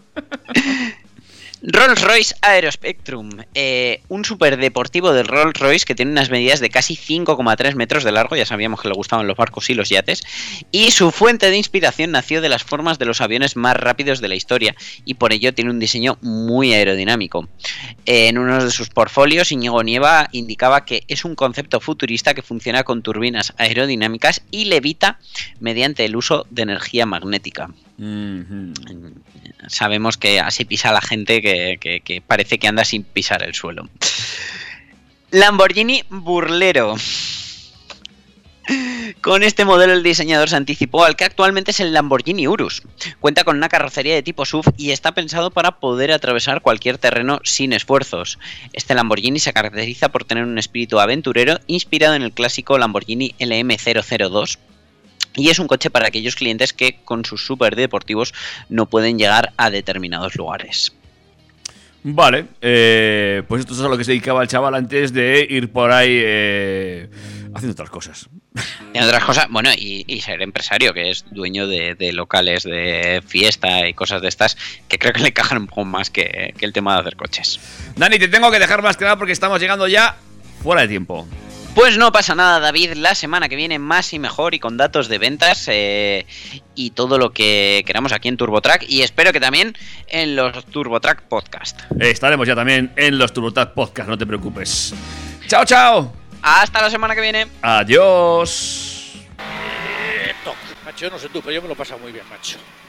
Rolls-Royce Aerospectrum, un superdeportivo del Rolls-Royce que tiene unas medidas de casi 5,3 metros de largo, ya sabíamos que le gustaban los barcos y los yates, y su fuente de inspiración nació de las formas de los aviones más rápidos de la historia, y por ello tiene un diseño muy aerodinámico. En uno de sus portfolios, Íñigo Onieva indicaba que es un concepto futurista que funciona con turbinas aerodinámicas y levita mediante el uso de energía magnética. Sabemos que así pisa la gente que parece que anda sin pisar el suelo. Lamborghini Burlero. Con este modelo el diseñador se anticipó al que actualmente es el Lamborghini Urus. Cuenta con una carrocería de tipo SUV y está pensado para poder atravesar cualquier terreno sin esfuerzos. Este Lamborghini se caracteriza por tener un espíritu aventurero inspirado en el clásico Lamborghini LM002. Y es un coche para aquellos clientes que con sus superdeportivos no pueden llegar a determinados lugares. Vale, pues esto es a lo que se dedicaba el chaval antes de ir por ahí haciendo otras cosas. En otras cosas, bueno, y ser empresario, que es dueño de locales de fiesta y cosas de estas, que creo que le encajan un poco más que el tema de hacer coches. Dani, te tengo que dejar más que nada porque estamos llegando ya fuera de tiempo. Pues no pasa nada, David, la semana que viene más y mejor y con datos de ventas y todo lo que queramos aquí en TurboTrack, y espero que también en los TurboTrack Podcast. Estaremos ya también en los TurboTrack Podcast, no te preocupes. ¡Chao, chao! Hasta la semana que viene. Adiós. Macho, no sé tú, pero yo me lo he pasado muy bien, macho.